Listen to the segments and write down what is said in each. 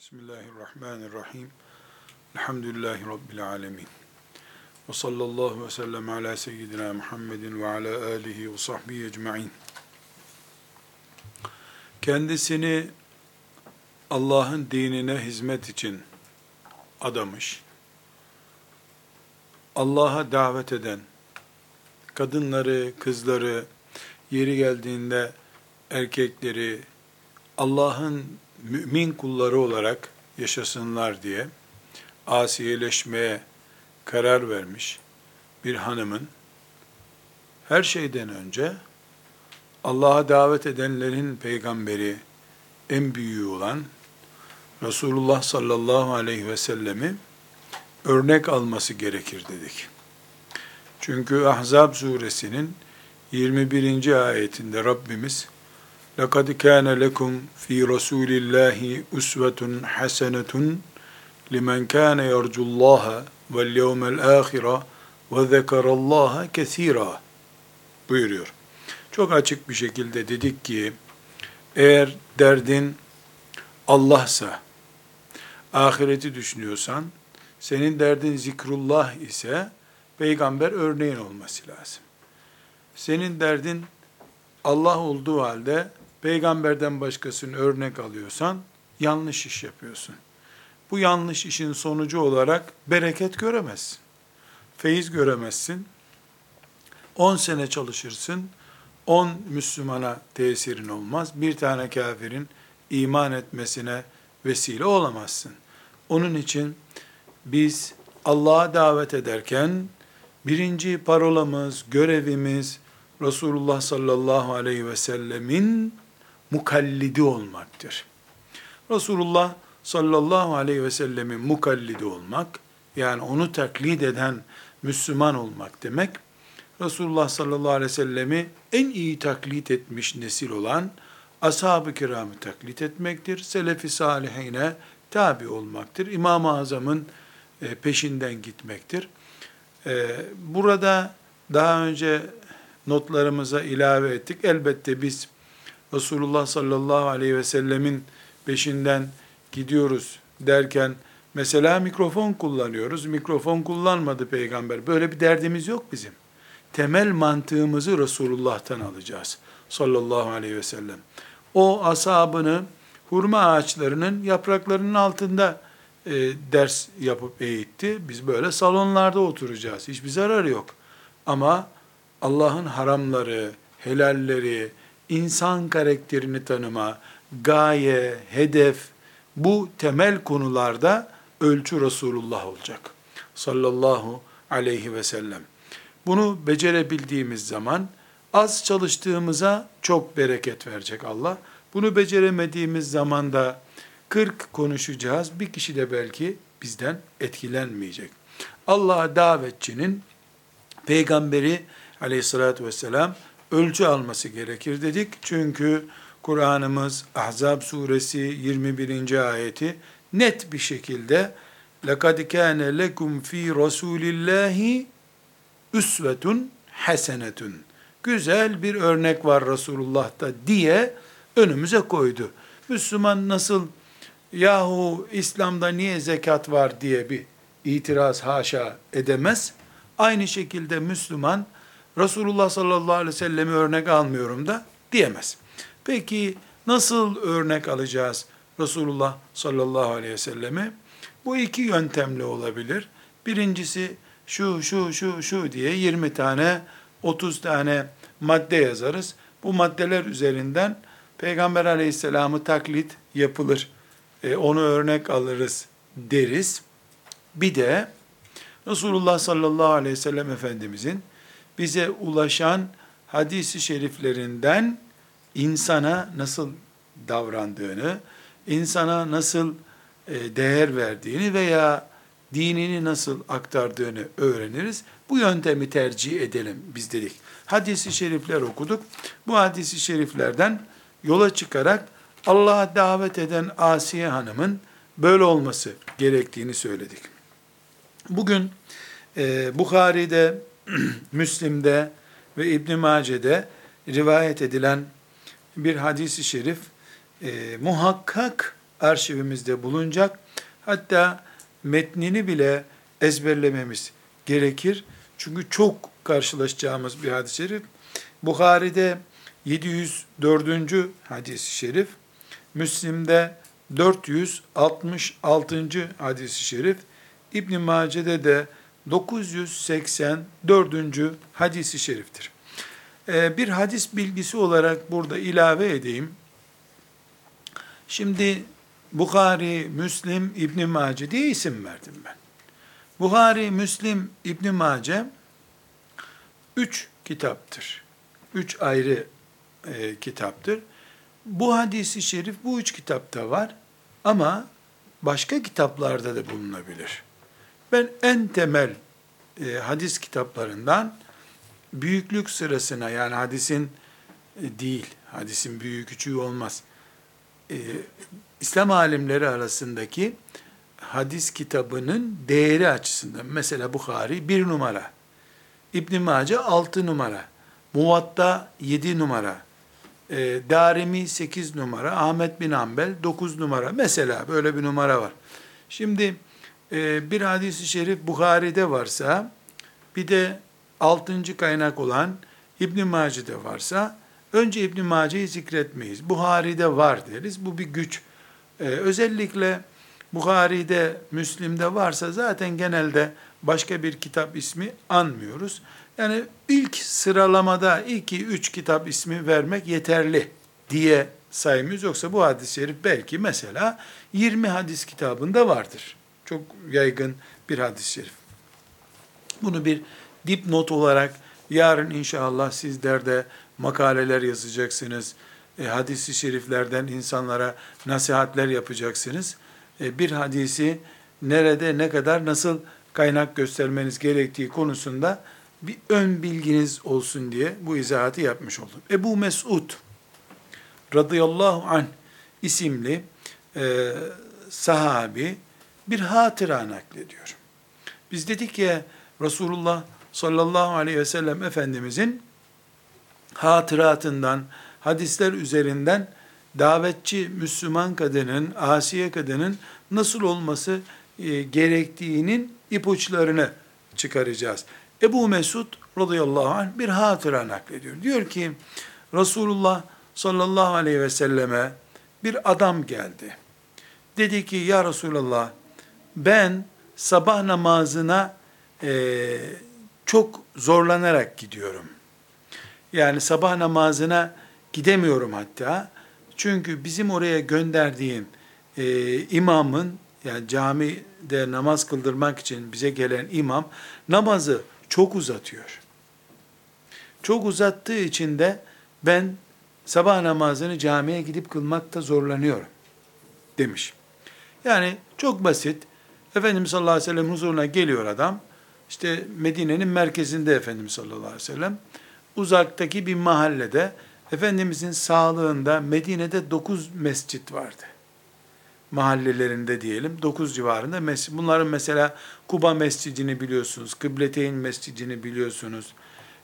Bismillahirrahmanirrahim. Elhamdülillahi Rabbil alemin. Ve sallallahu ve sellem ala seyyidina Muhammedin ve ala alihi ve sahbihi ecma'in. Kendisini Allah'ın dinine hizmet için adamış, Allah'a davet eden, kadınları, kızları, yeri geldiğinde erkekleri, Allah'ın mümin kulları olarak yaşasınlar diye asiyeleşmeye karar vermiş bir hanımın her şeyden önce Allah'a davet edenlerin peygamberi, en büyüğü olan Resulullah sallallahu aleyhi ve sellemi örnek alması gerekir dedik. Çünkü Ahzab suresinin 21. ayetinde Rabbimiz لَقَدْ كَانَ لَكُمْ ف۪ي رَسُولِ اللّٰهِ اُسْوَةٌ حَسَنَةٌ لِمَنْ كَانَ يَرْجُ اللّٰهَ وَالْيَوْمَ الْآخِرَةَ وَذَكَرَ اللّٰهَ كَثِيرًا buyuruyor. Çok açık bir şekilde dedik ki, eğer derdin Allah'sa, ahireti düşünüyorsan, senin derdin zikrullah ise, peygamber örneğin olması lazım. Senin derdin Allah olduğu halde, peygamberden başkasını örnek alıyorsan, yanlış iş yapıyorsun. Bu yanlış işin sonucu olarak bereket göremezsin. Feyiz göremezsin. 10 sene çalışırsın, 10 Müslümana tesirin olmaz. Bir tane kafirin iman etmesine vesile olamazsın. Onun için biz Allah'a davet ederken, birinci parolamız, görevimiz, Resulullah sallallahu aleyhi ve sellemin mukallidi olmaktır. Resulullah sallallahu aleyhi ve sellemin mukallidi olmak, yani onu taklit eden Müslüman olmak demek, Resulullah sallallahu aleyhi ve sellemi en iyi taklit etmiş nesil olan ashab-ı kiramı taklit etmektir. Selefi salihine tabi olmaktır. İmam-ı Azam'ın peşinden gitmektir. Burada daha önce notlarımıza ilave ettik. Elbette biz Resulullah sallallahu aleyhi ve sellemin peşinden gidiyoruz derken, mesela mikrofon kullanıyoruz. Mikrofon kullanmadı peygamber. Böyle bir derdimiz yok bizim. Temel mantığımızı Resulullah'tan alacağız sallallahu aleyhi ve sellem. O ashabını hurma ağaçlarının yapraklarının altında ders yapıp eğitti. Biz böyle salonlarda oturacağız. Hiçbir zararı yok. Ama Allah'ın haramları, helalleri, insan karakterini tanıma, gaye, hedef, bu temel konularda ölçü Resulullah olacak. Sallallahu aleyhi ve sellem. Bunu becerebildiğimiz zaman, az çalıştığımıza çok bereket verecek Allah. Bunu beceremediğimiz zaman da 40 konuşacağız. Bir kişi de belki bizden etkilenmeyecek. Allah'a davetçinin peygamberi aleyhissalatü vesselam ölçü alması gerekir dedik. Çünkü Kur'an'ımız Ahzab suresi 21. ayeti net bir şekilde لَقَدْ كَانَ لَكُمْ ف۪ي رَسُولِ اللّٰهِ üsvetun hasenetun. Güzel bir örnek var Resulullah'ta diye önümüze koydu. Müslüman nasıl, yahu İslam'da niye zekat var diye bir itiraz haşa edemez. Aynı şekilde Müslüman, Resulullah sallallahu aleyhi ve sellem'i örnek almıyorum da diyemez. Peki nasıl örnek alacağız Resulullah sallallahu aleyhi ve sellemi? Bu iki yöntemle olabilir. Birincisi şu diye 20 tane, 30 tane madde yazarız. Bu maddeler üzerinden Peygamber aleyhisselamı taklit yapılır. Onu örnek alırız deriz. Bir de Resulullah sallallahu aleyhi ve sellem Efendimizin bize ulaşan hadis-i şeriflerinden insana nasıl davrandığını, insana nasıl değer verdiğini veya dinini nasıl aktardığını öğreniriz. Bu yöntemi tercih edelim biz dedik. Hadis-i şerifler okuduk. Bu hadis-i şeriflerden yola çıkarak Allah'a davet eden Asiye Hanım'ın böyle olması gerektiğini söyledik. Bugün Bukhari'de, Müslim'de ve İbn-i Mace'de rivayet edilen bir hadis-i şerif muhakkak arşivimizde bulunacak. Hatta metnini bile ezberlememiz gerekir. Çünkü çok karşılaşacağımız bir hadis-i şerif. Buhari'de 704. hadis-i şerif, Müslim'de 466. hadis-i şerif, İbn-i Mace'de de 984. hadis-i şeriftir. Bir hadis bilgisi olarak burada ilave edeyim. Şimdi Buhari, Müslim, İbn-i Mace diye isim verdim ben. Buhari, Müslim, İbn-i Mace 3 kitaptır. 3 ayrı kitaptır. Bu hadis-i şerif bu 3 kitapta var ama başka kitaplarda da bulunabilir. Ben en temel hadis kitaplarından büyüklük sırasına, yani hadisin değil, hadisin büyüğü küçüğü olmaz. İslam alimleri arasındaki hadis kitabının değeri açısından, mesela Bukhari 1 numara, İbn-i Mace 6 numara, Muvatta 7 numara, Darimi 8 numara, Ahmet bin Hanbel 9 numara, mesela böyle bir numara var. Şimdi bir hadis-i şerif Bukhari'de varsa, bir de 6. kaynak olan İbn-i Mace'de varsa, önce İbn-i Mace'yi zikretmeyiz. Buhari'de var deriz. Bu bir güç. Özellikle Buhari'de, Müslim'de varsa zaten genelde başka bir kitap ismi anmıyoruz. Yani ilk sıralamada 2-3 kitap ismi vermek yeterli diye saymıyoruz. Yoksa bu hadis-i şerif belki mesela 20 hadis kitabında vardır. Çok yaygın bir hadis-i şerif. Bunu bir dipnot olarak yarın inşallah sizler de makaleler yazacaksınız. Hadis-i şeriflerden insanlara nasihatler yapacaksınız. Bir hadisi nerede, ne kadar, nasıl kaynak göstermeniz gerektiği konusunda bir ön bilginiz olsun diye bu izahatı yapmış oldum. Ebu Mesud radıyallahu anh isimli sahabi bir hatıra naklediyor. Biz dedik ki Resulullah sallallahu aleyhi ve sellem Efendimizin hatıratından, hadisler üzerinden davetçi Müslüman kadının, Asiye kadının nasıl olması gerektiğinin ipuçlarını çıkaracağız. Ebu Mesud radıyallahu anh bir hatıra naklediyor. Diyor ki Resulullah sallallahu aleyhi ve selleme bir adam geldi. Dedi ki ya Resulallah, ben sabah namazına çok zorlanarak gidiyorum. Yani sabah namazına gidemiyorum hatta. Çünkü bizim oraya gönderdiğin imamın, yani camide namaz kıldırmak için bize gelen imam namazı çok uzatıyor. Çok uzattığı için de ben sabah namazını camiye gidip kılmakta zorlanıyorum demiş. Yani çok basit. Efendimiz sallallahu aleyhi ve sellem huzuruna geliyor adam. İşte Medine'nin merkezinde Efendimiz sallallahu aleyhi ve sellem. Uzaktaki bir mahallede Efendimizin sağlığında Medine'de 9 mescit vardı. Mahallelerinde diyelim 9 civarında mescid. Bunların mesela Kuba Mescidini biliyorsunuz, Kıbleteyn Mescidini biliyorsunuz.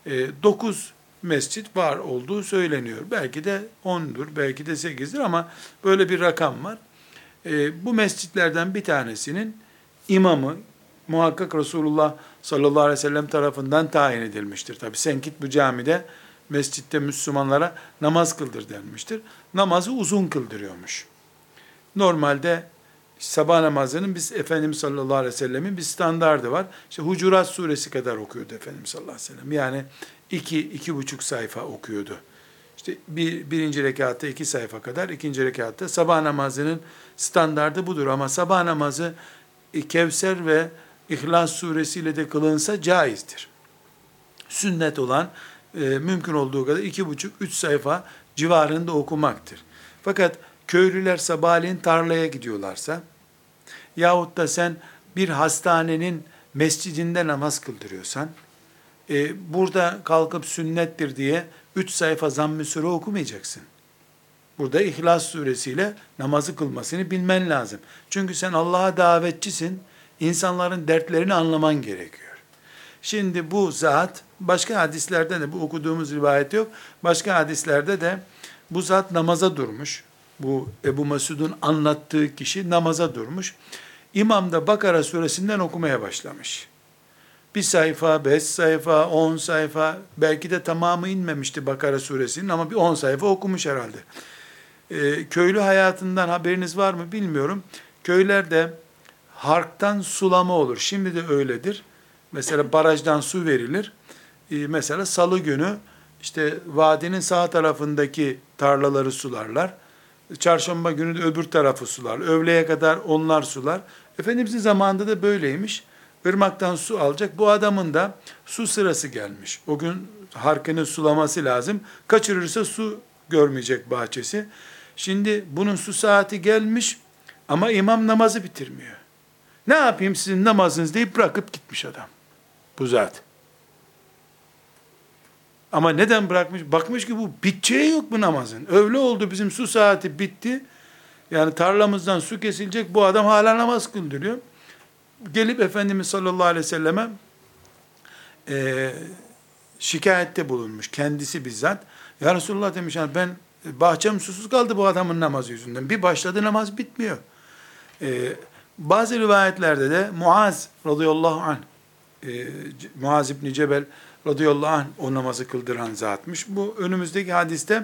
9 mescit var olduğu söyleniyor. Belki de 10'dur, belki de 8'dir ama böyle bir rakam var. Bu mescitlerden bir tanesinin imamı muhakkak Resulullah sallallahu aleyhi ve sellem tarafından tayin edilmiştir. Tabi sen git bu camide, mescitte Müslümanlara namaz kıldır denmiştir. Namazı uzun kıldırıyormuş. Normalde sabah namazının biz Efendimiz sallallahu aleyhi ve sellemin bir standardı var. İşte Hucurat suresi kadar okuyordu Efendimiz sallallahu aleyhi ve sellem. Yani 2-2,5 sayfa okuyordu. İşte birinci rekatta 2 sayfa kadar, ikinci rekatta sabah namazının standardı budur. Ama sabah namazı Kevser ve İhlas suresiyle de kılınsa caizdir. Sünnet olan mümkün olduğu kadar 2,5-3 sayfa civarında okumaktır. Fakat köylüler sabahleyin tarlaya gidiyorlarsa yahut da sen bir hastanenin mescidinde namaz kıldırıyorsan burada kalkıp sünnettir diye 3 sayfa zamm-ı sure okumayacaksın. Burada İhlas suresiyle namazı kılmasını bilmen lazım. Çünkü sen Allah'a davetçisin, insanların dertlerini anlaman gerekiyor. Şimdi bu zat, başka hadislerde de bu okuduğumuz rivayet yok, başka hadislerde de bu zat namaza durmuş. bu Ebu Mesud'un anlattığı kişi namaza durmuş. İmam da Bakara suresinden okumaya başlamış. Bir sayfa, 5 sayfa, 10 sayfa, belki de tamamı inmemişti Bakara suresinin ama bir 10 sayfa okumuş herhalde. Köylü hayatından haberiniz var mı bilmiyorum. Köylerde harktan sulama olur. Şimdi de öyledir. Mesela barajdan su verilir. Mesela salı günü işte vadinin sağ tarafındaki tarlaları sularlar. Çarşamba günü de öbür tarafı sular. Öğleye kadar onlar sular. Efendimizin zamanında da böyleymiş. Irmaktan su alacak. Bu adamın da su sırası gelmiş. O gün harkını sulaması lazım. Kaçırırsa su görmeyecek bahçesi. Şimdi bunun su saati gelmiş ama imam namazı bitirmiyor. Ne yapayım sizin namazınız deyip bırakıp gitmiş adam. Bu zat. Ama neden bırakmış? Bakmış ki bu biteceği yok bu namazın. Öğle oldu, bizim su saati bitti. Yani tarlamızdan su kesilecek, bu adam hala namaz kıldırıyor. Gelip Efendimiz sallallahu aleyhi ve selleme şikayette bulunmuş. Kendisi bizzat. Ya Resulullah demiş, yani ben bahçem susuz kaldı bu adamın namazı yüzünden. Bir başladı namaz bitmiyor. Bazı rivayetlerde de Muaz radıyallahu anh, Muaz İbni Cebel radıyallahu anh o namazı kıldıran zatmış. Bu önümüzdeki hadiste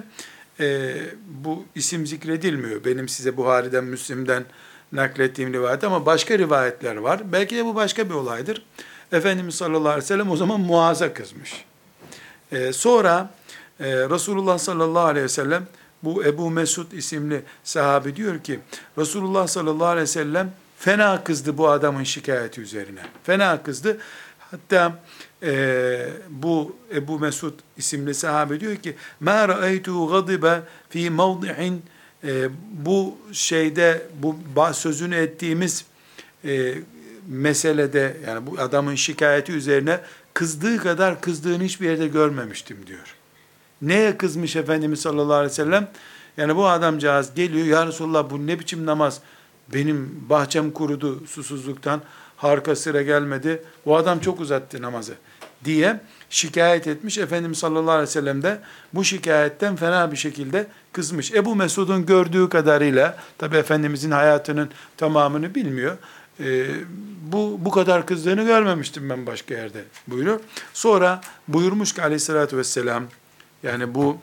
bu isim zikredilmiyor. Benim size Buhari'den, Müslim'den naklettiğim rivayet ama başka rivayetler var. Belki de bu başka bir olaydır. Efendimiz sallallahu aleyhi ve sellem o zaman Muaz'a kızmış. Sonra Resulullah sallallahu aleyhi ve sellem, bu Ebu Mesud isimli sahabi diyor ki, Resulullah sallallahu aleyhi ve sellem fena kızdı bu adamın şikayeti üzerine. Fena kızdı. Hatta bu Ebu Mesud isimli sahabe diyor ki, مَا رَأَيْتُهُ غَضِبَ ف۪ي مَوْضِعٍ bu şeyde, bu sözünü ettiğimiz meselede, yani bu adamın şikayeti üzerine kızdığı kadar kızdığını hiçbir yerde görmemiştim diyor. Neye kızmış Efendimiz sallallahu aleyhi ve sellem? Yani bu adamcağız geliyor, ya Resulullah bu ne biçim namaz? Benim bahçem kurudu susuzluktan, harka sıra gelmedi. Bu adam çok uzattı namazı diye şikayet etmiş. Efendimiz sallallahu aleyhi ve sellem de bu şikayetten fena bir şekilde kızmış. Ebu Mesud'un gördüğü kadarıyla, tabi Efendimizin hayatının tamamını bilmiyor. Bu kadar kızdığını görmemiştim ben başka yerde buyuruyor. Sonra buyurmuş ki aleyhissalatü vesselam, yani bu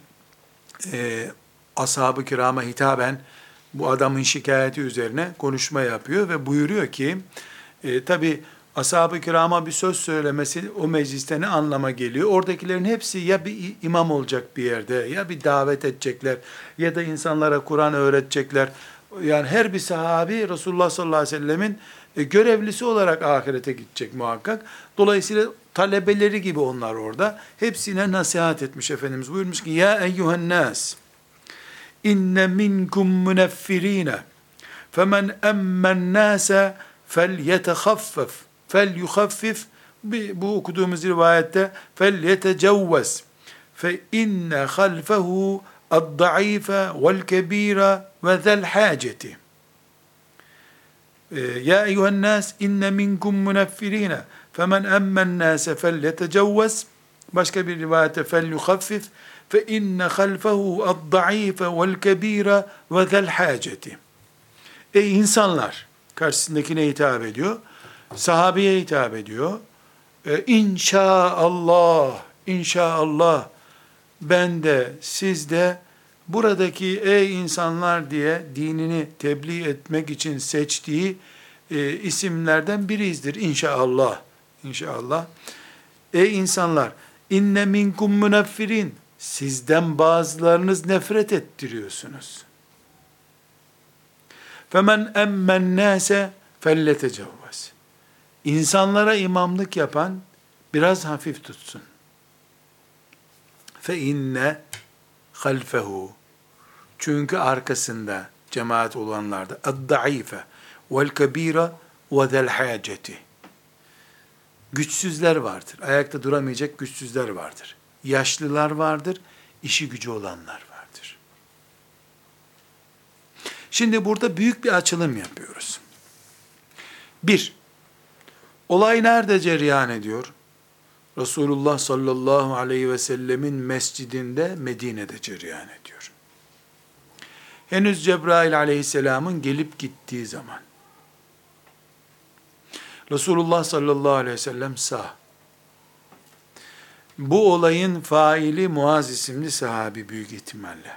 ashab-ı kirama hitaben bu adamın şikayeti üzerine konuşma yapıyor ve buyuruyor ki, tabi ashab-ı kirama bir söz söylemesi o mecliste ne anlama geliyor? Oradakilerin hepsi ya bir imam olacak bir yerde, ya bir davet edecekler, ya da insanlara Kur'an öğretecekler. Yani her bir sahabi Resulullah sallallahu aleyhi ve sellemin görevlisi olarak ahirete gidecek muhakkak. Dolayısıyla talebeleri gibi onlar orada. Hepsine nasihat etmiş Efendimiz. Buyurmuş ki, ya eyyühen nas, inne minkum müneffirine, femen emmen nase فَلْيَتَخَفَّفْ فَلْيُخَفِّفْ bu okuduğumuz rivayette فَلْيَتَجَوَّزْ فَاِنَّ خَلْفَهُ الضَّعِيفَ وَالْكَب۪يرَ وَذَا الْحَاجَةِ يَا اَيُّهَا النَّاسِ اِنَّ مِنْكُمْ مُنَفِّر۪ينَ فَمَنْ اَمَّ النَّاسَ فَلْيَتَجَوَّزْ başka bir rivayette فَلْيُخَفِّفْ فَاِنَّ خَلْفَهُ الضَّعِيفَ وَالْكَب۪يرَ وَذَا الْحَاجَةِ Ey insanlar! Karşısındakine hitap ediyor. Sahabeye hitap ediyor. İnşaallah, inşaallah ben de siz de buradaki ey insanlar diye dinini tebliğ etmek için seçtiği isimlerden biriyizdir. İnşaallah. İnşallah. Ey insanlar, inne minkum müneffirin, sizden bazılarınız nefret ettiriyorsunuz. Femen emmen nase felletecevvez. İnsanlara imamlık yapan biraz hafif tutsun. Fe inne halfehu. Çünkü arkasında cemaat olanlarda ad-daife vel kebira ve zel haceti. Güçsüzler vardır. Ayakta duramayacak güçsüzler vardır. Yaşlılar vardır. İşi gücü olanlar vardır. Şimdi burada büyük bir açılım yapıyoruz. Bir, olay nerede cereyan ediyor? Resulullah sallallahu aleyhi ve sellemin mescidinde, Medine'de cereyan ediyor. henüz Cebrail aleyhisselamın gelip gittiği zaman. Resulullah sallallahu aleyhi ve sellem sağ. Bu olayın faili Muaz isimli sahabi büyük ihtimalle.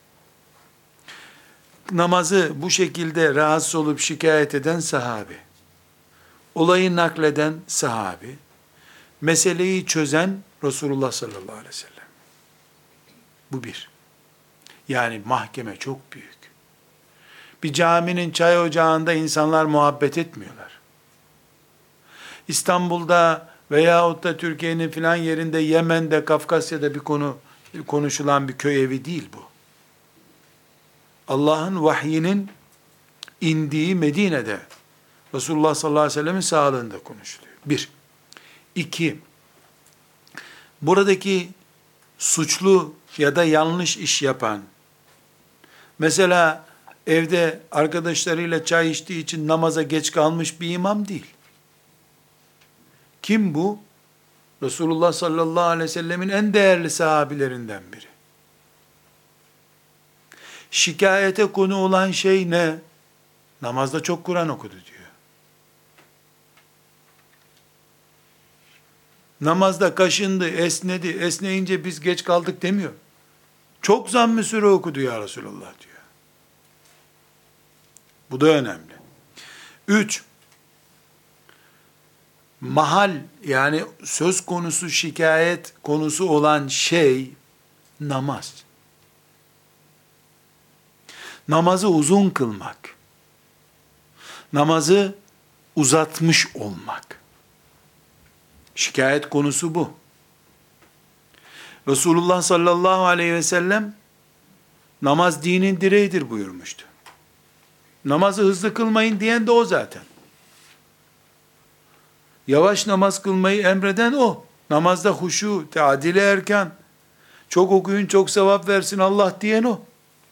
Namazı bu şekilde rahatsız olup şikayet eden sahabi. Olayı nakleden sahabi. Meseleyi çözen Resulullah sallallahu aleyhi ve sellem. Bu bir. Yani mahkeme çok büyük. Bir caminin çay ocağında insanlar muhabbet etmiyorlar. İstanbul'da veyahut da Türkiye'nin filan yerinde, Yemen'de, Kafkasya'da bir konu konuşulan bir köy evi değil bu. Allah'ın vahyinin indiği Medine'de Resulullah sallallahu aleyhi ve sellemin sağlığında konuşuluyor. Bir. İki. Buradaki suçlu ya da yanlış iş yapan, mesela evde arkadaşlarıyla çay içtiği için namaza geç kalmış bir imam değil. Kim bu? Resulullah sallallahu aleyhi ve sellemin en değerli sahabilerinden biri. Şikayete konu olan şey ne? Namazda çok Kur'an okudu diyor. Namazda kaşındı, esnedi, esneyince biz geç kaldık demiyor. Çok zamm-ı sure okudu ya Resulullah diyor. Bu da önemli. 3. Mahal, yani söz konusu şikayet konusu olan şey namaz. Namazı uzun kılmak. Namazı uzatmış olmak. Şikayet konusu bu. Resulullah sallallahu aleyhi ve sellem namaz dinin direğidir buyurmuştu. Namazı hızlı kılmayın diyen de o zaten. Yavaş namaz kılmayı emreden o. Namazda huşu, teadili erkan, çok okuyun çok sevap versin Allah diyen o.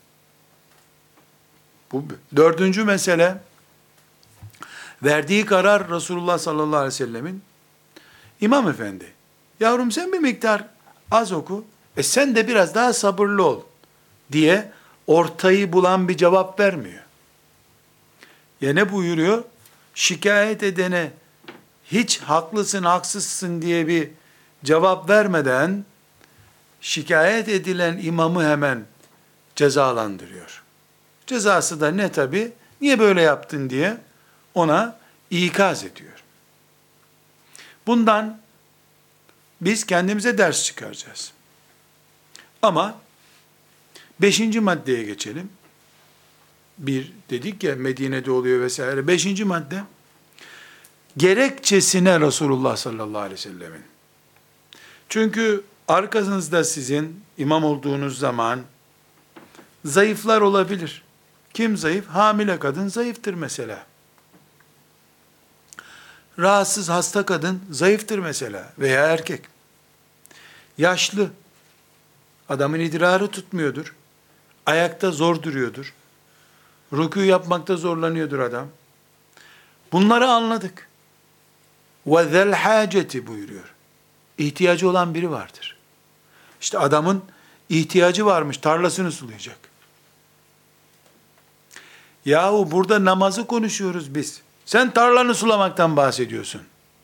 Bu dördüncü mesele, verdiği karar Resulullah sallallahu aleyhi ve sellemin, İmam efendi, yavrum sen bir miktar az oku, sen de biraz daha sabırlı ol diye ortayı bulan bir cevap vermiyor. Ya ne buyuruyor? Şikayet edene hiç haklısın, haksızsın diye bir cevap vermeden şikayet edilen imamı hemen cezalandırıyor. Cezası da ne tabi? Niye böyle yaptın diye ona ikaz ediyor. Bundan biz kendimize ders çıkaracağız. Ama 5. maddeye geçelim. Bir dedik ya Medine'de oluyor vesaire. 5. madde gerekçesine Resulullah sallallahu aleyhi ve sellemin. Çünkü arkanızda sizin imam olduğunuz zaman zayıflar olabilir. Kim zayıf? Hamile kadın zayıftır mesela. Rahatsız hasta kadın zayıftır mesela veya erkek. Yaşlı adamın idrarı tutmuyordur. Ayakta zor duruyordur. Rükû yapmakta zorlanıyordur adam. Bunları anladık. وَذَا الْحَاجَةِ buyuruyor. İhtiyacı olan biri vardır. İşte adamın ihtiyacı varmış, tarlasını sulayacak. Yahu burada namazı konuşuyoruz biz. Sen tarlanı sulamaktan bahsediyorsun.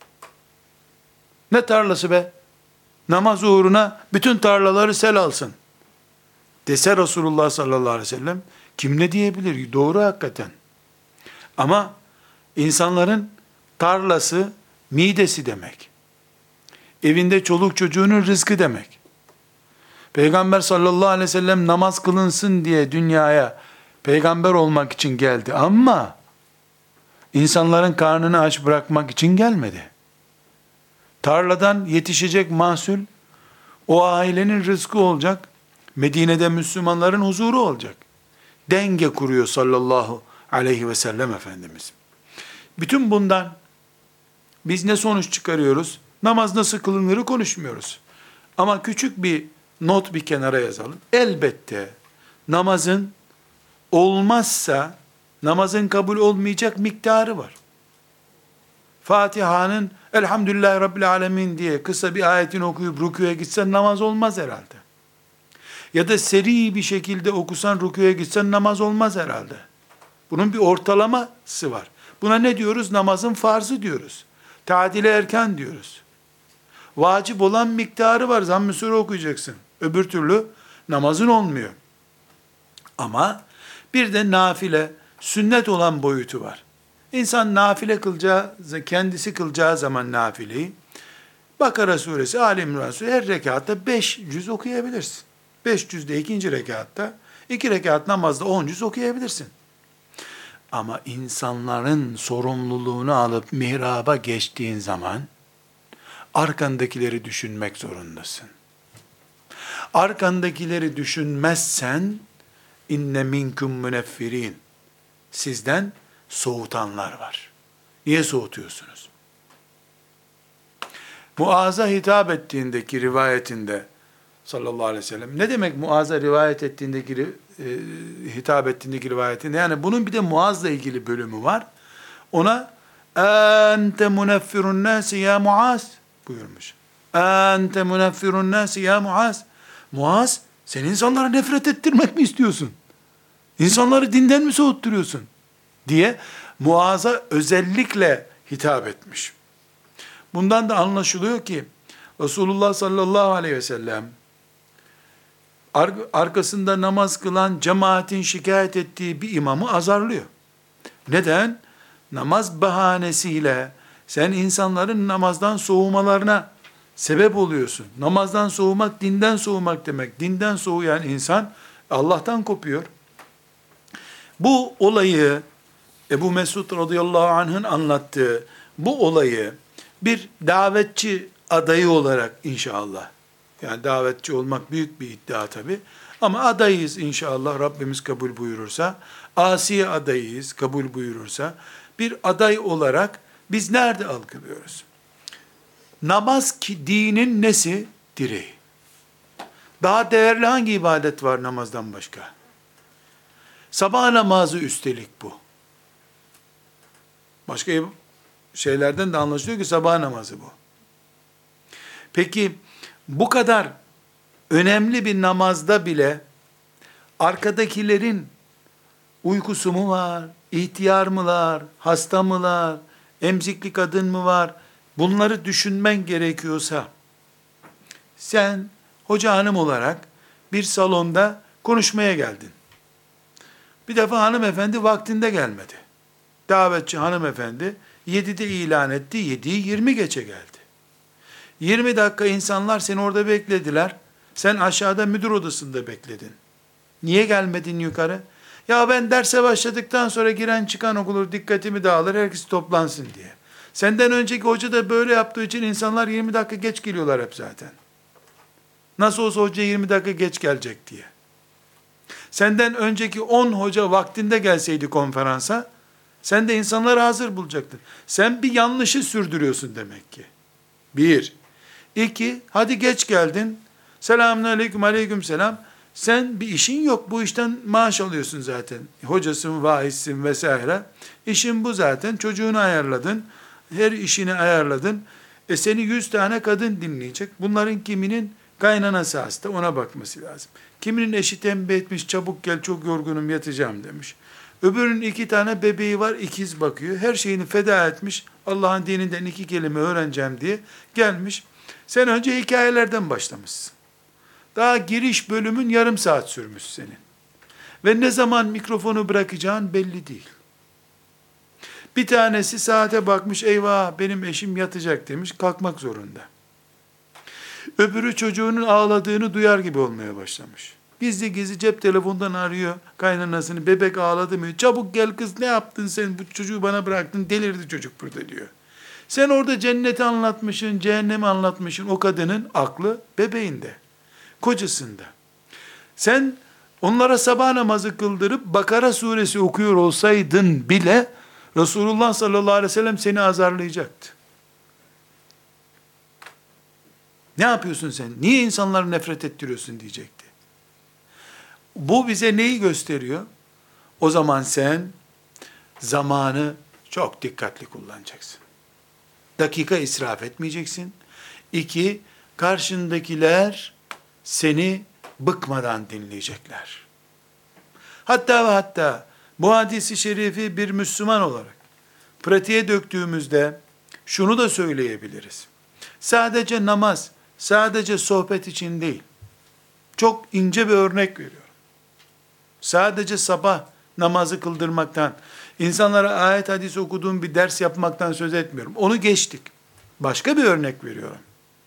Ne tarlası be? Namaz uğruna bütün tarlaları sel alsın. Dese Resulullah sallallahu aleyhi ve sellem, kim ne diyebilir? Doğru hakikaten. Ama insanların tarlası midesi demek. Evinde çoluk çocuğunun rızkı demek. Peygamber sallallahu aleyhi ve sellem namaz kılınsın diye dünyaya peygamber olmak için geldi ama insanların karnını aç bırakmak için gelmedi. Tarladan yetişecek mahsul o ailenin rızkı olacak. Medine'de Müslümanların huzuru olacak. Denge kuruyor sallallahu aleyhi ve sellem Efendimiz. Bütün bundan biz ne sonuç çıkarıyoruz? Namaz nasıl kılınırı konuşmuyoruz. Ama küçük bir not bir kenara yazalım. Elbette namazın olmazsa namazın kabul olmayacak miktarı var. Fatiha'nın Elhamdülillahi Rabbil Alemin diye kısa bir ayetini okuyup rükûya gitsen namaz olmaz herhalde. ya da seri bir şekilde okusan, rükûya gitsen namaz olmaz herhalde. Bunun bir ortalaması var. Buna ne diyoruz? Namazın farzı diyoruz. Tadile erken diyoruz. Vacip olan miktarı var. Zamm-ı sure okuyacaksın. Öbür türlü namazın olmuyor. Ama bir de nafile, sünnet olan boyutu var. İnsan nafile kılacağı, kendisi kılacağı zaman nafileyi, Bakara suresi, Ali İmran suresi her rekatta 5 cüz okuyabilirsin. 5 cüzde ikinci rekatta, 2 rekat namazda 10 cüz okuyabilirsin. Ama insanların sorumluluğunu alıp mihraba geçtiğin zaman, arkandakileri düşünmek zorundasın. Arkandakileri düşünmezsen, inne minkum müneffirin. Sizden soğutanlar var. Niye soğutuyorsunuz? Muaz'a hitap ettiğindeki rivayetinde sallallahu aleyhi ve sellem, ne demek Muaz'a rivayet ettiğindeki hitap ettiğindeki rivayetinde? Yani bunun bir de Muaz'la ilgili bölümü var. Ona ente muneffirun nasi ya Muaz buyurmuş. Ente muneffirun nasi ya Muaz. Muaz, sen insanlara nefret ettirmek mi istiyorsun? İnsanları dinden mi soğutturuyorsun? Diye Muaz'a özellikle hitap etmiş. Bundan da anlaşılıyor ki Resulullah sallallahu aleyhi ve sellem arkasında namaz kılan cemaatin şikayet ettiği bir imamı azarlıyor. Neden? Namaz bahanesiyle sen insanların namazdan soğumalarına sebep oluyorsun. Namazdan soğumak, dinden soğumak demek. Dinden soğuyan insan Allah'tan kopuyor. Bu olayı Ebu Mesud radıyallahu anh'ın anlattığı bu olayı bir davetçi adayı olarak inşallah, yani davetçi olmak büyük bir iddia tabi, ama adayız inşallah, Rabbimiz kabul buyurursa, asi adayız kabul buyurursa, bir aday olarak biz nerede algılıyoruz? Namaz ki dinin nesi? Direği. Daha değerli hangi ibadet var namazdan başka? Sabah namazı üstelik bu. Başka şeylerden de anlaşılıyor ki sabah namazı bu. Peki bu kadar önemli bir namazda bile arkadakilerin uykusu mu var, ihtiyar mılar, hasta mılar, emzikli kadın mı var? Bunları düşünmen gerekiyorsa, sen hoca hanım olarak bir salonda konuşmaya geldin. Bir defa hanımefendi vaktinde gelmedi. Davetçi hanımefendi 7'de ilan etti, 7'yi 20 geçe geldi. 20 dakika insanlar seni orada beklediler. Sen aşağıda müdür odasında bekledin. Niye gelmedin yukarı? Ya ben derse başladıktan sonra giren çıkan olur, dikkatimi dağılır, herkes toplansın diye. Senden önceki hoca da böyle yaptığı için insanlar 20 dakika geç geliyorlar hep zaten. Nasıl olsa hoca 20 dakika geç gelecek diye. Senden önceki 10 hoca vaktinde gelseydi konferansa, sen de insanları hazır bulacaktın. Sen bir yanlışı sürdürüyorsun demek ki. 1. 2. Hadi geç geldin. Selamünaleyküm, aleykümselam. Sen bir işin yok. Bu işten maaş alıyorsun zaten. Hocasın, vaizsin vesaire. İşin bu zaten. Çocuğunu ayarladın. Her işini ayarladın. Seni 100 tane kadın dinleyecek. Bunların kiminin kaynanası hasta. Ona bakması lazım. Kiminin eşi tembih etmiş. Çabuk gel, çok yorgunum, yatacağım demiş. Öbürünün 2 tane bebeği var, ikiz bakıyor. Her şeyini feda etmiş. Allah'ın dininden 2 kelime öğreneceğim diye gelmiş. Sen önce hikayelerden başlamışsın. Daha giriş bölümün yarım saat sürmüş senin. Ve ne zaman mikrofonu bırakacağın belli değil. Bir tanesi saate bakmış, eyvah benim eşim yatacak demiş, kalkmak zorunda. Öbürü çocuğunun ağladığını duyar gibi olmaya başlamış. Gizli gizli cep telefonundan arıyor kaynanasını, bebek ağladı mı? Çabuk gel kız, ne yaptın sen, bu çocuğu bana bıraktın, delirdi çocuk burada diyor. Sen orada cenneti anlatmışsın, cehennemi anlatmışsın, o kadının aklı bebeğinde, kocasında. Sen onlara sabah namazı kıldırıp Bakara suresi okuyor olsaydın bile Resulullah sallallahu aleyhi ve sellem seni azarlayacaktı. Ne yapıyorsun sen? Niye insanları nefret ettiriyorsun diyecekti. Bu bize neyi gösteriyor? O zaman sen zamanı çok dikkatli kullanacaksın. Dakika israf etmeyeceksin. 2, karşındakiler seni bıkmadan dinleyecekler. Hatta ve hatta bu hadisi şerifi bir Müslüman olarak pratiğe döktüğümüzde şunu da söyleyebiliriz. Sadece namaz, sadece sohbet için değil. Çok ince bir örnek veriyorum. Sadece sabah namazı kıldırmaktan, insanlara ayet hadis okuduğum bir ders yapmaktan söz etmiyorum. Onu geçtik. Başka bir örnek veriyorum.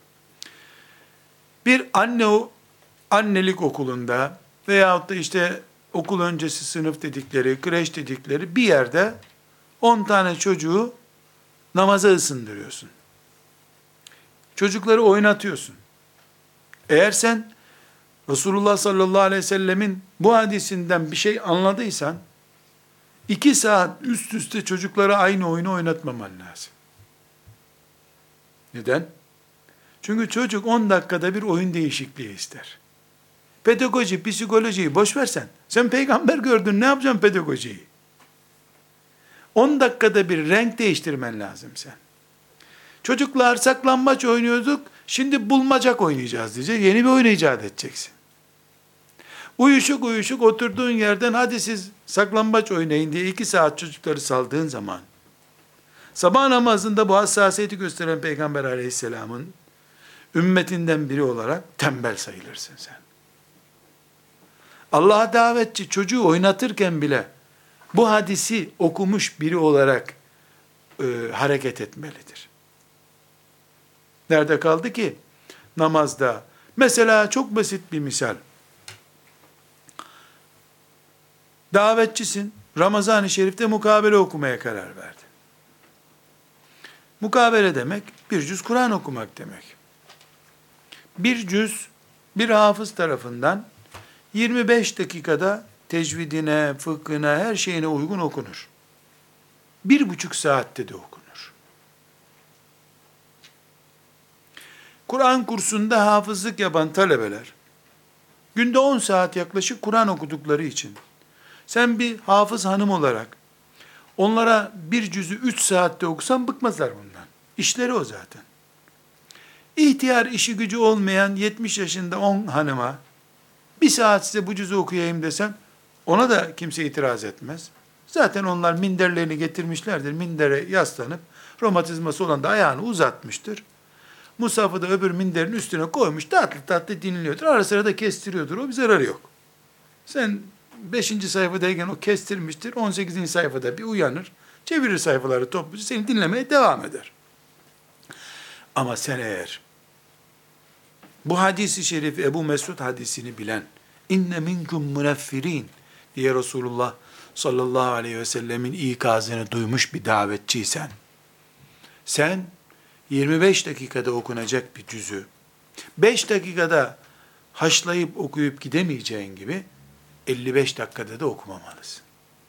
Bir annelik okulunda veyahut da işte okul öncesi sınıf dedikleri, kreş dedikleri bir yerde 10 tane çocuğu namaza ısındırıyorsun. Çocukları oynatıyorsun. Eğer sen Resulullah sallallahu aleyhi ve sellemin bu hadisinden bir şey anladıysan, 2 saat üst üste çocuklara aynı oyunu oynatmaman lazım. Neden? Çünkü çocuk 10 dakikada bir oyun değişikliği ister. Pedagoji, psikolojiyi boş versen. Sen peygamber gördün, ne yapacaksın pedagojiyi? 10 dakikada bir renk değiştirmen lazım sen. Çocuklar saklambaç oynuyorduk, şimdi bulmacak oynayacağız diyecek. Yeni bir oyun icat edeceksin. Uyuşuk uyuşuk oturduğun yerden hadi siz saklambaç oynayın diye 2 saat çocukları saldığın zaman, sabah namazında bu hassasiyeti gösteren Peygamber aleyhisselamın ümmetinden biri olarak tembel sayılırsın sen. Allah'a davetçi çocuğu oynatırken bile bu hadisi okumuş biri olarak hareket etmelidir. Nerede kaldı ki? Namazda. Mesela çok basit bir misal. Davetçisin. Ramazan-ı Şerif'te mukabele okumaya karar verdin. Mukabele demek, bir cüz Kur'an okumak demek. Bir cüz, bir hafız tarafından 25 dakikada tecvidine, fıkhına, her şeyine uygun okunur. 1,5 saatte de okunur. Kur'an kursunda hafızlık yapan talebeler, günde 10 saat yaklaşık Kur'an okudukları için, sen bir hafız hanım olarak, onlara bir cüzü 3 saatte okusan bıkmazlar bundan. İşleri o zaten. İhtiyar işi gücü olmayan 70 yaşında 10 hanıma, 1 saat size bu cüzü okuyayım desen, ona da kimse itiraz etmez. Zaten onlar minderlerini getirmişlerdir. Mindere yaslanıp, romatizması olan da ayağını uzatmıştır. Mushafı da öbür minderin üstüne koymuş, tatlı tatlı dinliyordur. Ara sıra da kestiriyordur, o bir zararı yok. Sen 5. sayfadayken o kestirmiştir, 18. sayfada bir uyanır, çevirir sayfaları topluca, seni dinlemeye devam eder. Ama sen eğer bu hadisi şerifi, Ebu Mesud hadisini bilen, inne minkum müneffirin diye Resulullah sallallahu aleyhi ve sellemin ikazını duymuş bir davetçiysen, sen 25 dakikada okunacak bir cüzü 5 dakikada haşlayıp okuyup gidemeyeceğin gibi 55 dakikada da okumamalısın.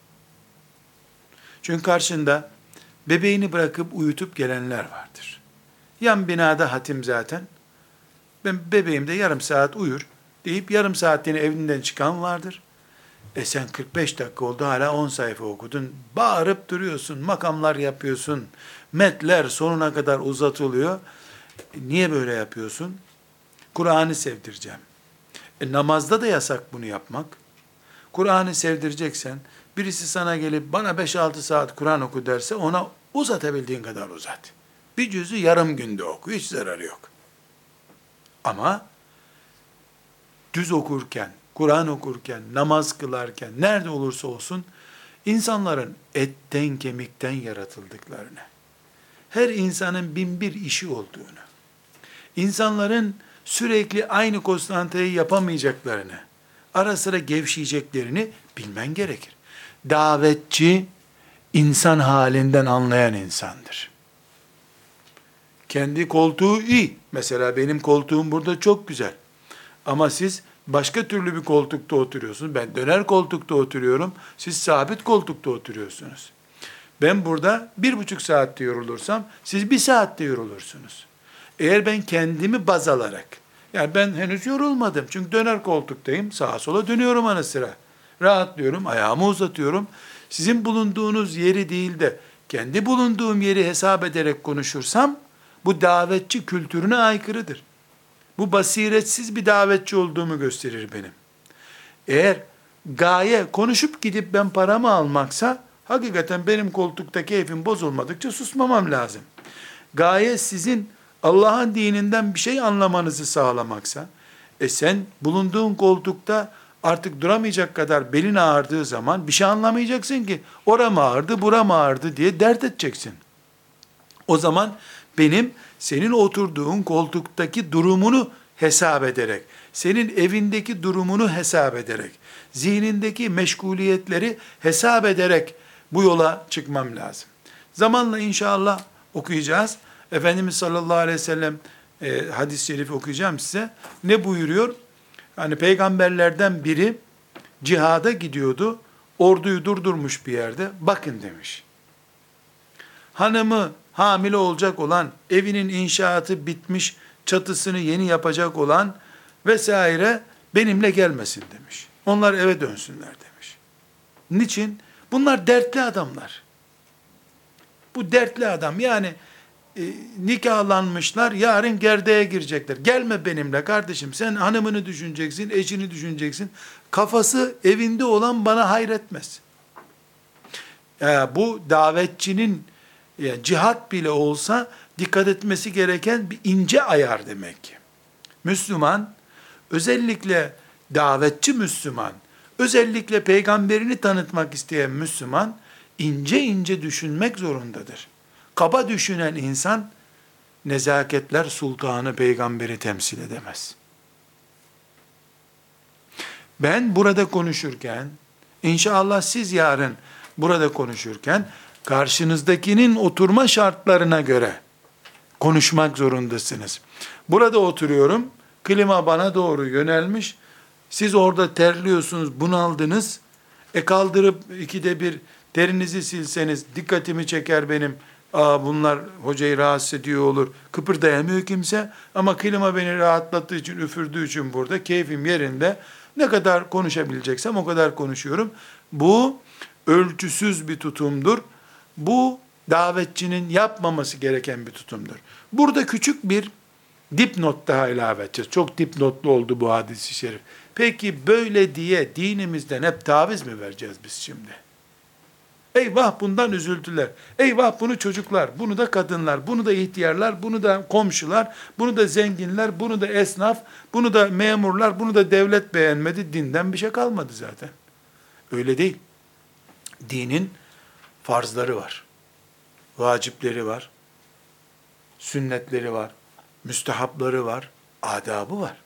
Çünkü karşında bebeğini bırakıp uyutup gelenler vardır. Yan binada hatim zaten, ben bebeğim de yarım saat uyur deyip yarım saatliğine evinden çıkan vardır. Sen 45 dakika oldu hala 10 sayfa okudun. Bağırıp duruyorsun, makamlar yapıyorsun. Metler sonuna kadar uzatılıyor. Niye böyle yapıyorsun? Kur'an'ı sevdireceğim. Namazda da yasak bunu yapmak. Kur'an'ı sevdireceksen, birisi sana gelip bana 5-6 saat Kur'an oku derse ona uzatabildiğin kadar uzat. Bir cüzü yarım günde oku, hiç zararı yok. Ama düz okurken, Kur'an okurken, namaz kılarken, nerede olursa olsun, insanların etten kemikten yaratıldıklarını, her insanın bin bir işi olduğunu, insanların sürekli aynı konsantrayı yapamayacaklarını, ara sıra gevşeyeceklerini bilmen gerekir. Davetçi, insan halinden anlayan insandır. Kendi koltuğu iyi. Mesela benim koltuğum burada çok güzel. Ama siz başka türlü bir koltukta oturuyorsunuz. Ben döner koltukta oturuyorum. Siz sabit koltukta oturuyorsunuz. Ben burada 1,5 saatte yorulursam, siz 1 saatte yorulursunuz. Eğer ben kendimi baz alarak, yani ben henüz yorulmadım. Çünkü döner koltuktayım. Sağa sola dönüyorum ara sıra. Rahatlıyorum, ayağımı uzatıyorum. Sizin bulunduğunuz yeri değil de, kendi bulunduğum yeri hesap ederek konuşursam, bu davetçi kültürüne aykırıdır. Bu basiretsiz bir davetçi olduğumu gösterir benim. Eğer gaye konuşup gidip ben paramı almaksa, hakikaten benim koltukta keyfim bozulmadıkça susmamam lazım. Gaye sizin Allah'ın dininden bir şey anlamanızı sağlamaksa, sen bulunduğun koltukta artık duramayacak kadar belin ağrıdığı zaman bir şey anlamayacaksın ki. Oram ağrıdı, buram ağrıdı diye dert edeceksin. O zaman benim senin oturduğun koltuktaki durumunu hesap ederek, senin evindeki durumunu hesap ederek, zihnindeki meşguliyetleri hesap ederek bu yola çıkmam lazım. Zamanla inşallah okuyacağız. Efendimiz sallallahu aleyhi ve sellem hadis-i şerifi okuyacağım size. Ne buyuruyor? Hani peygamberlerden biri cihada gidiyordu. Orduyu durdurmuş bir yerde. Bakın demiş. Hanımı hamile olacak olan, evinin inşaatı bitmiş, çatısını yeni yapacak olan vesaire benimle gelmesin demiş. Onlar eve dönsünler demiş. Niçin? Bunlar dertli adamlar. Bu dertli adam yani nikahlanmışlar, yarın gerdeğe girecekler. Gelme benimle kardeşim, sen hanımını düşüneceksin, eşini düşüneceksin. Kafası evinde olan bana hayretmez. Bu davetçinin cihat bile olsa dikkat etmesi gereken bir ince ayar demek ki. Müslüman, özellikle davetçi Müslüman, özellikle peygamberini tanıtmak isteyen Müslüman, ince ince düşünmek zorundadır. Kaba düşünen insan, nezaketler sultanı peygamberi temsil edemez. Ben burada konuşurken, inşallah siz yarın burada konuşurken, karşınızdakinin oturma şartlarına göre konuşmak zorundasınız. Burada oturuyorum, klima bana doğru yönelmiş, siz orada terliyorsunuz, bunaldınız, kaldırıp ikide bir terinizi silseniz dikkatimi çeker benim, bunlar hocayı rahatsız ediyor olur, kıpırdayamıyor kimse, ama klima beni rahatlattığı için, üfürdüğü için burada, keyfim yerinde, ne kadar konuşabileceksem o kadar konuşuyorum. Bu ölçüsüz bir tutumdur. Bu davetçinin yapmaması gereken bir tutumdur. Burada küçük bir dipnot daha ilave edeceğiz. Çok dipnotlu oldu bu hadis-i şerif. Peki böyle diye dinimizden hep taviz mi vereceğiz biz şimdi? Eyvah bundan üzüldüler. Eyvah bunu çocuklar, bunu da kadınlar, bunu da ihtiyarlar, bunu da komşular, bunu da zenginler, bunu da esnaf, bunu da memurlar, bunu da devlet beğenmedi. Dinden bir şey kalmadı zaten. Öyle değil. Dinin farzları var. Vacipleri var. Sünnetleri var. Müstehapları var. Adabı var.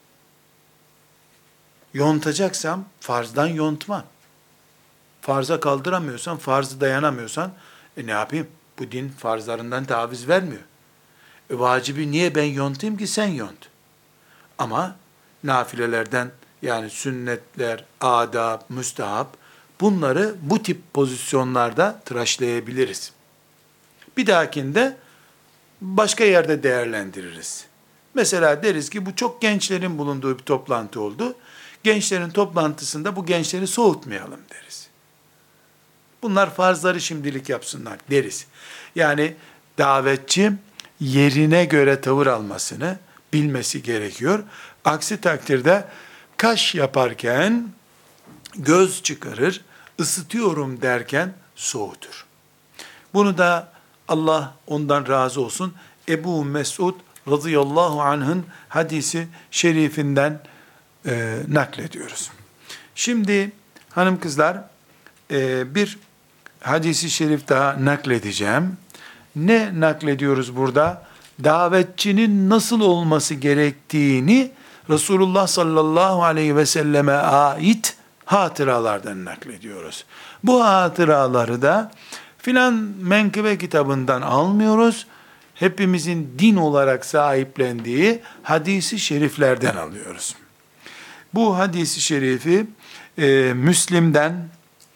Yontacaksam farzdan yontmam. Farza kaldıramıyorsan, farzı dayanamıyorsan, ne yapayım? Bu din farzlarından taviz vermiyor. Vacibi niye ben yontayım ki, sen yont. Ama nafilelerden, yani sünnetler, adab, müstehap, bunları bu tip pozisyonlarda tıraşlayabiliriz. Bir dahakinde başka yerde değerlendiririz. Mesela deriz ki bu çok gençlerin bulunduğu bir toplantı oldu. Gençlerin toplantısında bu gençleri soğutmayalım deriz. Bunlar farzları şimdilik yapsınlar deriz. Yani davetçi yerine göre tavır almasını bilmesi gerekiyor. Aksi takdirde kaş yaparken göz çıkarır, ısıtıyorum derken soğutur. Bunu da Allah ondan razı olsun, Ebu Mesud radıyallahu anh'ın hadisi şerifinden naklediyoruz. Şimdi hanım kızlar bir hadisi şerif daha nakledeceğim. Ne naklediyoruz burada? Davetçinin nasıl olması gerektiğini Resulullah sallallahu aleyhi ve selleme ait hatıralardan naklediyoruz. Bu hatıraları da filan menkıbe kitabından almıyoruz. Hepimizin din olarak sahiplendiği hadisi şeriflerden alıyoruz. Bu hadisi şerifi Müslim'den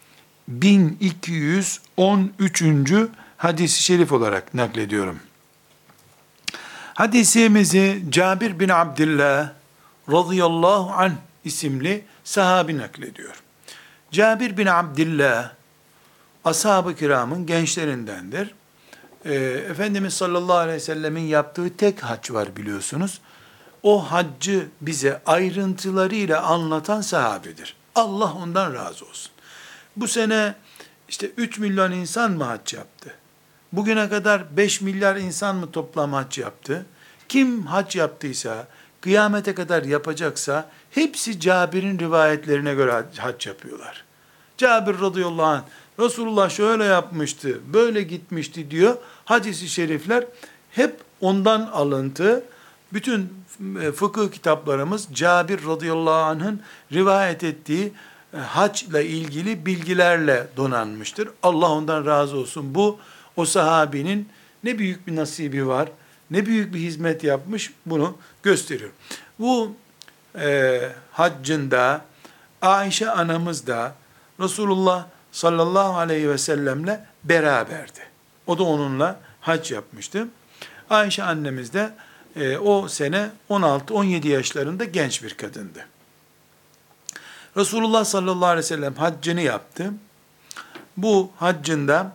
1213. hadisi şerif olarak naklediyorum. Hadisimizi Cabir bin Abdullah radıyallahu anh isimli sahabi naklediyor. Cabir bin Abdullah ashab-ı kiramın gençlerindendir. Efendimiz sallallahu aleyhi ve sellemin yaptığı tek hac var biliyorsunuz. o haccı bize ayrıntılarıyla anlatan sahabedir. Allah ondan razı olsun. Bu sene işte 3 milyon insan mı hac yaptı? Bugüne kadar 5 milyar insan mı toplam hac yaptı? Kim hac yaptıysa, kıyamete kadar yapacaksa, hepsi Cabir'in rivayetlerine göre hac yapıyorlar. Cabir radıyallahu anh, Resulullah şöyle yapmıştı, böyle gitmişti diyor. Hadis-i şerifler hep ondan alıntı. Bütün fıkıh kitaplarımız Cabir radıyallahu anh'ın rivayet ettiği haçla ilgili bilgilerle donanmıştır. Allah ondan razı olsun. Bu o sahabinin ne büyük bir nasibi var, ne büyük bir hizmet yapmış, bunu gösteriyor. Bu haccında Ayşe anamız da Resulullah sallallahu aleyhi ve sellemle beraberdi. O da onunla hac yapmıştı. Ayşe annemiz de o sene 16-17 yaşlarında genç bir kadındı. Resulullah sallallahu aleyhi ve sellem haccını yaptı. Bu haccında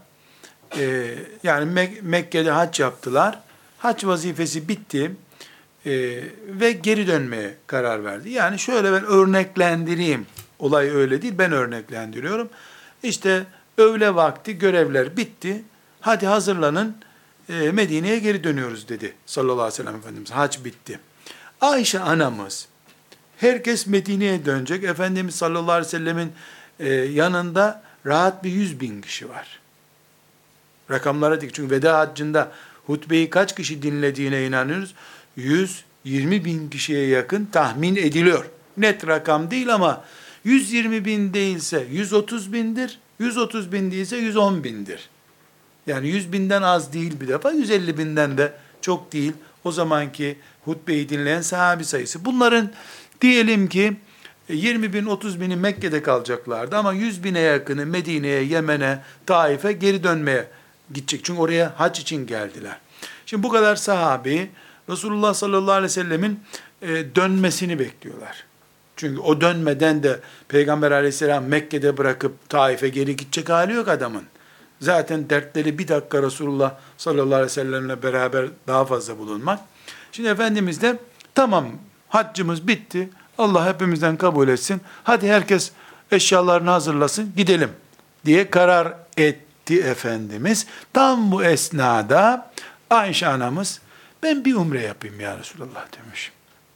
yani Mekke'de hac yaptılar. Hac vazifesi bitti ve geri dönmeye karar verdi. Yani şöyle ben örneklendireyim. Olay öyle değil, ben örneklendiriyorum. İşte öğle vakti görevler bitti. Hadi hazırlanın, Medine'ye geri dönüyoruz dedi sallallahu aleyhi ve sellem Efendimiz. Hac bitti. Ayşe anamız, herkes Medine'ye dönecek. Efendimiz sallallahu aleyhi ve sellemin yanında rahat bir 100.000 kişi var. Rakamlara dik. Çünkü veda haccında hutbeyi kaç kişi dinlediğine inanıyoruz. 120.000 kişiye yakın tahmin ediliyor. Net rakam değil ama 120.000 değilse 130.000'dir. 130.000 değilse 110.000'dir. Yani 100.000'den az değil bir defa, 150.000'den de çok değil. O zamanki hutbeyi dinleyen sahabi sayısı. Bunların diyelim ki 20.000, 30.000'i Mekke'de kalacaklardı ama 100.000'e yakını Medine'ye, Yemen'e, Taif'e geri dönmeye gidecek. Çünkü oraya hac için geldiler. Şimdi bu kadar sahabi Resulullah sallallahu aleyhi ve sellemin dönmesini bekliyorlar. Çünkü o dönmeden de Peygamber aleyhisselam Mekke'de bırakıp Taif'e geri gidecek hali yok adamın. Zaten dertleri bir dakika Resulullah sallallahu aleyhi ve sellemle beraber daha fazla bulunmak. Şimdi Efendimiz de tamam haccımız bitti. Allah hepimizden kabul etsin. Hadi herkes eşyalarını hazırlasın gidelim diye karar etti Efendimiz. Tam bu esnada Ayşe anamız ben bir umre yapayım ya Resulallah demiş.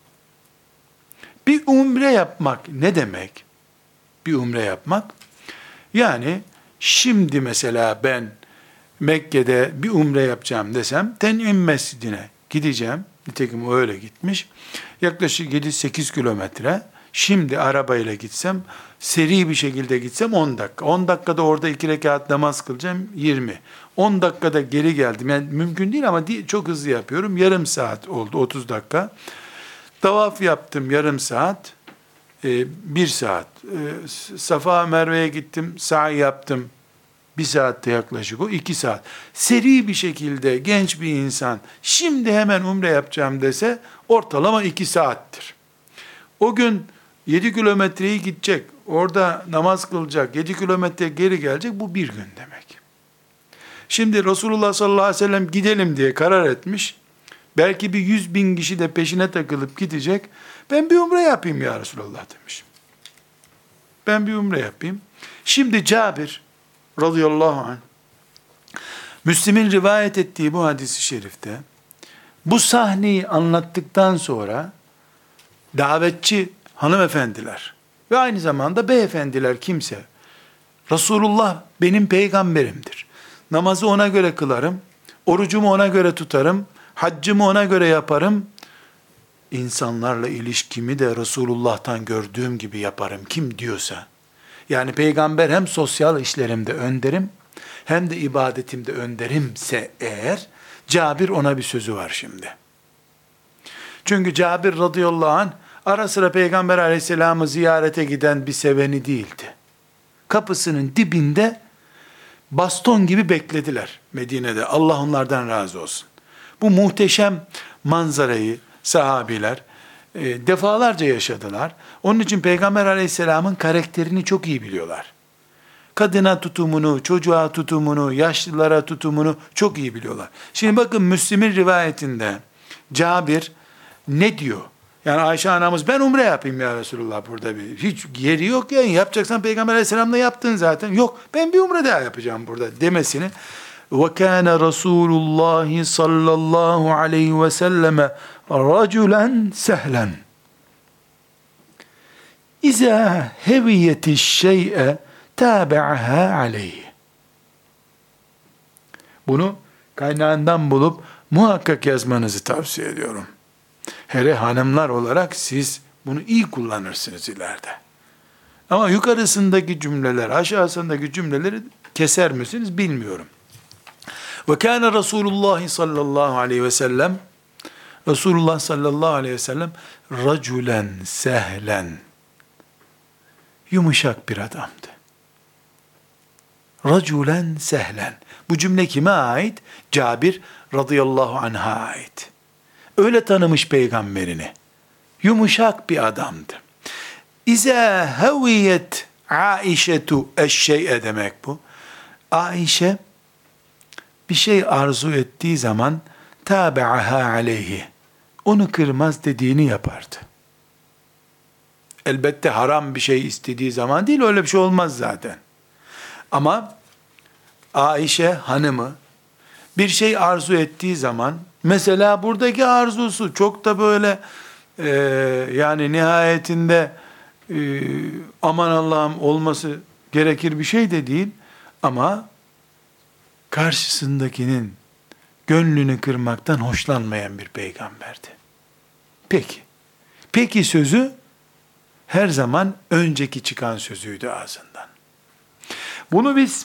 Bir umre yapmak ne demek? Bir umre yapmak yani şimdi mesela ben Mekke'de bir umre yapacağım desem Ten'im Mescidine gideceğim. Nitekim o öyle gitmiş. Yaklaşık 7-8 kilometre. Şimdi arabayla gitsem, seri bir şekilde gitsem 10 dakika. 10 dakikada orada 2 rekat namaz kılacağım 20. 10 dakikada geri geldim. Yani mümkün değil ama çok hızlı yapıyorum. Yarım saat oldu 30 dakika. Tavaf yaptım yarım saat. 1 saat. Safa Merve'ye gittim, sa'i yaptım. 1 saatte yaklaşık o 2 saat. Seri bir şekilde genç bir insan şimdi hemen umre yapacağım dese ortalama 2 saattir. O gün 7 kilometreyi gidecek, orada namaz kılacak, 7 kilometre geri gelecek, bu bir gün demek. Şimdi Resulullah sallallahu aleyhi ve sellem gidelim diye karar etmiş. Belki bir 100.000 kişi de peşine takılıp gidecek. Ben bir umre yapayım ya Resulullah demiş. Ben bir umre yapayım. Şimdi Cabir radıyallahu anh, Müslim'in rivayet ettiği bu hadis-i şerifte, bu sahneyi anlattıktan sonra, davetçi hanımefendiler ve aynı zamanda beyefendiler kimse, Resulullah benim peygamberimdir. Namazı ona göre kılarım, orucumu ona göre tutarım, haccımı ona göre yaparım, insanlarla ilişkimi de Resulullah'tan gördüğüm gibi yaparım kim diyorsa. Yani peygamber hem sosyal işlerimde önderim, hem de ibadetimde önderimse eğer, Cabir ona bir sözü var şimdi. Çünkü Cabir radıyallahu anh, ara sıra Peygamber aleyhisselamı ziyarete giden bir seveni değildi. Kapısının dibinde baston gibi beklediler Medine'de. Allah onlardan razı olsun. Bu muhteşem manzarayı sahabiler defalarca yaşadılar. Onun için Peygamber aleyhisselamın karakterini çok iyi biliyorlar. Kadına tutumunu, çocuğa tutumunu, yaşlılara tutumunu çok iyi biliyorlar. Şimdi bakın Müslim'in rivayetinde Cabir ne diyor? Yani Ayşe anamız ben umre yapayım ya Resulullah burada bir. Hiç yeri yok ya. Yapacaksan Peygamber Aleyhisselam'la yaptın zaten. Yok ben bir umre daha yapacağım burada demesini. وَكَانَ رَسُولُ اللّٰهِ sallallahu aleyhi ve selleme رَجُلًا سَهْلًا اِذَا هَوِيَتِ الشَّيْءَ تَابَعَهَا عَلَيْهِ. Bunu kaynağından bulup muhakkak yazmanızı tavsiye ediyorum. Hele hanımlar olarak siz bunu iyi kullanırsınız ileride. Ama yukarısındaki cümleler, aşağısındaki cümleleri keser misiniz bilmiyorum. Ve kâne Resulullah sallallahu aleyhi ve sellem, Resulullah sallallahu aleyhi ve sellem, raculen sehlen, yumuşak bir adamdı. Raculen sehlen. Bu cümle kime ait? Cabir radıyallahu anh'a ait. Öyle tanımış peygamberini. Yumuşak bir adamdı. İze heviyet Aişetu eşşey'e demek bu. Aişe bir şey arzu ettiği zaman tabi'aha aleyhi. Onu kırmaz dediğini yapardı. Elbette haram bir şey istediği zaman değil, öyle bir şey olmaz zaten. Ama Aişe hanımı bir şey arzu ettiği zaman, mesela buradaki arzusu çok da böyle yani nihayetinde aman Allah'ım olması gerekir bir şey de değil, ama karşısındakinin gönlünü kırmaktan hoşlanmayan bir peygamberdi. Peki sözü her zaman önceki çıkan sözüydü ağzından. Bunu biz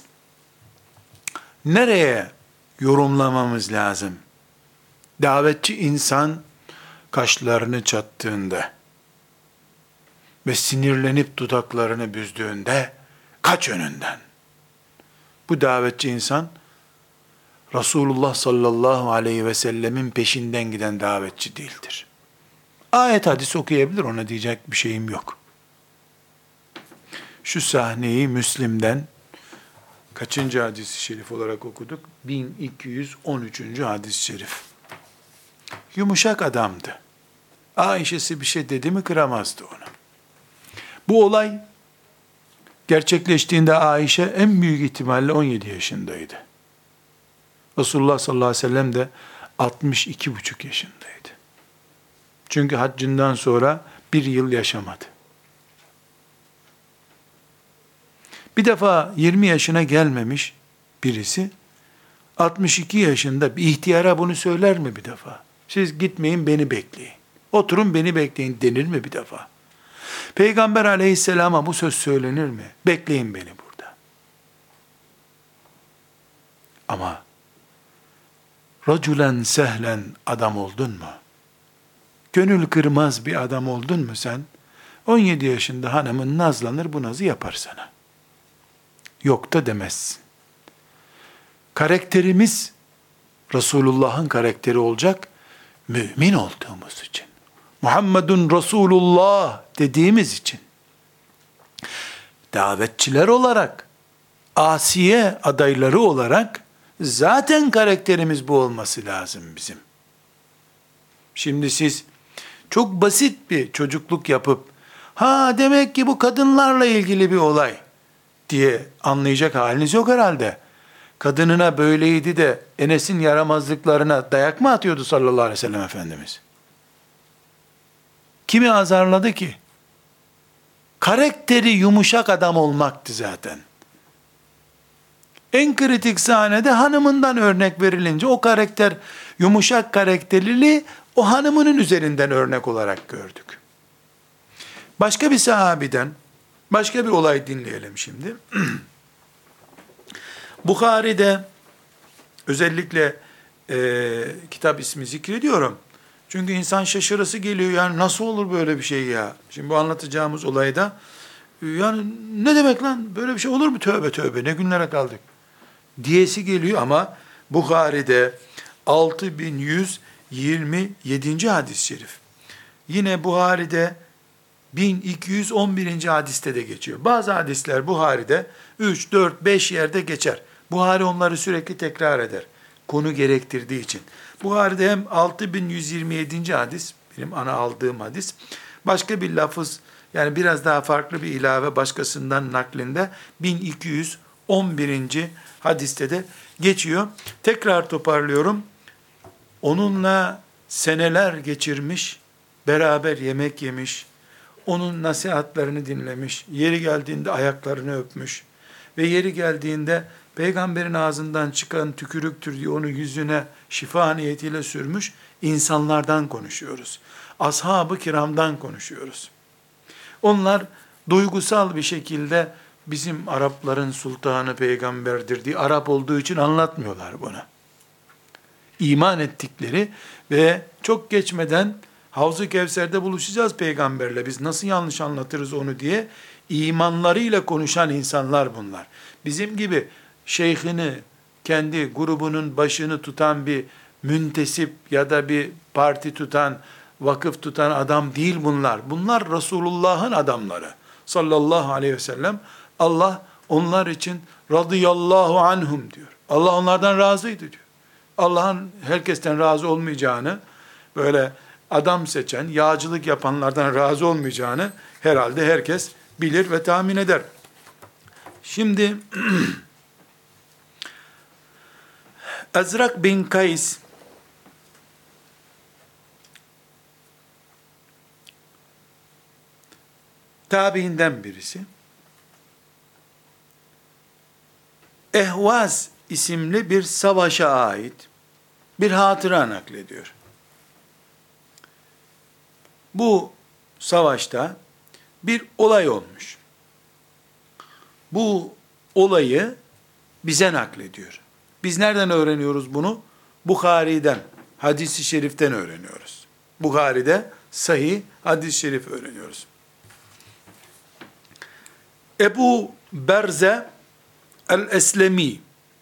nereye yorumlamamız lazım? Davetçi insan kaşlarını çattığında ve sinirlenip dudaklarını büzdüğünde kaç önünden. Bu davetçi insan Resulullah sallallahu aleyhi ve sellemin peşinden giden davetçi değildir. Ayet hadis okuyabilir, ona diyecek bir şeyim yok. Şu sahneyi Müslim'den kaçıncı hadis-i şerif olarak okuduk? 1213. hadis-i şerif. Yumuşak adamdı. Ayşe'si bir şey dedi mi kıramazdı onu. Bu olay gerçekleştiğinde Ayşe en büyük ihtimalle 17 yaşındaydı. Resulullah sallallahu aleyhi ve sellem de 62,5 yaşındaydı. Çünkü haccından sonra bir yıl yaşamadı. Bir defa 20 yaşına gelmemiş birisi 62 yaşında bir ihtiyara bunu söyler mi bir defa? Siz gitmeyin, beni bekleyin. Oturun, beni bekleyin denir mi bir defa? Peygamber aleyhisselama bu söz söylenir mi? Bekleyin beni burada. Ama raculen sehlen adam oldun mu? Gönül kırmaz bir adam oldun mu sen? 17 yaşında hanımın nazlanır, bu nazı yapar sana. Yok da demezsin. Karakterimiz Resulullah'ın karakteri olacak, mümin olduğumuz için. Muhammedun Resulullah dediğimiz için. Davetçiler olarak, asiye adayları olarak zaten karakterimiz bu olması lazım bizim. Şimdi siz çok basit bir çocukluk yapıp, demek ki bu kadınlarla ilgili bir olay diye anlayacak haliniz yok herhalde. Kadınına böyleydi de Enes'in yaramazlıklarına dayak mı atıyordu sallallahu aleyhi ve sellem Efendimiz? Kimi azarladı ki? Karakteri yumuşak adam olmaktı zaten. En kritik sahnede hanımından örnek verilince o karakter, yumuşak karakterliliği o hanımının üzerinden örnek olarak gördük. Başka bir sahabiden başka bir olay dinleyelim şimdi. Bukhari'de özellikle kitap ismi zikrediyorum. Çünkü insan şaşırası geliyor. Yani nasıl olur böyle bir şey ya? Şimdi bu anlatacağımız olayda yani ne demek lan? Böyle bir şey olur mu? Tövbe tövbe, ne günlere kaldık diyesi geliyor ama Bukhari'de 6127. hadis-i şerif. Yine Buhari'de 1211. hadiste de geçiyor. Bazı hadisler Buhari'de 3, 4, 5 yerde geçer. Buhari onları sürekli tekrar eder. Konu gerektirdiği için. Buhari'de hem 6127. hadis Benim ana aldığım hadis. Başka bir lafız, yani biraz daha farklı bir ilave başkasından naklinde 1211. hadiste de geçiyor. Tekrar toparlıyorum. Onunla seneler geçirmiş, beraber yemek yemiş, onun nasihatlerini dinlemiş, yeri geldiğinde ayaklarını öpmüş ve yeri geldiğinde peygamberin ağzından çıkan tükürüktür diye onu yüzüne şifa niyetiyle sürmüş insanlardan konuşuyoruz. Ashab-ı kiramdan konuşuyoruz. Onlar duygusal bir şekilde bizim Arapların sultanı peygamberdir diye Arap olduğu için anlatmıyorlar bunu. İman ettikleri ve çok geçmeden Havz-ı Kevser'de buluşacağız peygamberle, biz nasıl yanlış anlatırız onu diye imanlarıyla konuşan insanlar bunlar. Bizim gibi şeyhini, kendi grubunun başını tutan bir müntesip ya da bir parti tutan, vakıf tutan adam değil bunlar. Bunlar Resulullah'ın adamları sallallahu aleyhi ve sellem. Allah onlar için radıyallahu anhum diyor. Allah onlardan razıydı diyor. Allah'ın herkesten razı olmayacağını, böyle adam seçen, yağcılık yapanlardan razı olmayacağını herhalde herkes bilir ve tahmin eder. Şimdi Ezrak bin Kays tabiinden birisi. Ehvaz isimli bir savaşa ait bir hatıra naklediyor. Bu savaşta bir olay olmuş. Bu olayı bize naklediyor. Biz nereden öğreniyoruz bunu? Bukhari'den, hadis-i şeriften öğreniyoruz. Bukhari'de sahih hadis-i şerif öğreniyoruz. Ebu Berze el-Eslemi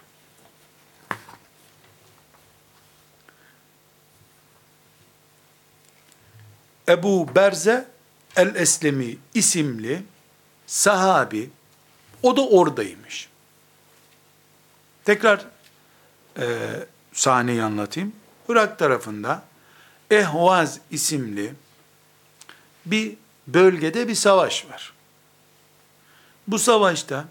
Ebu Berze el-Eslemi isimli sahabi, o da oradaymış. Tekrar sahneyi anlatayım. Irak tarafında Ehvaz isimli bir bölgede bir savaş var. Bu savaşta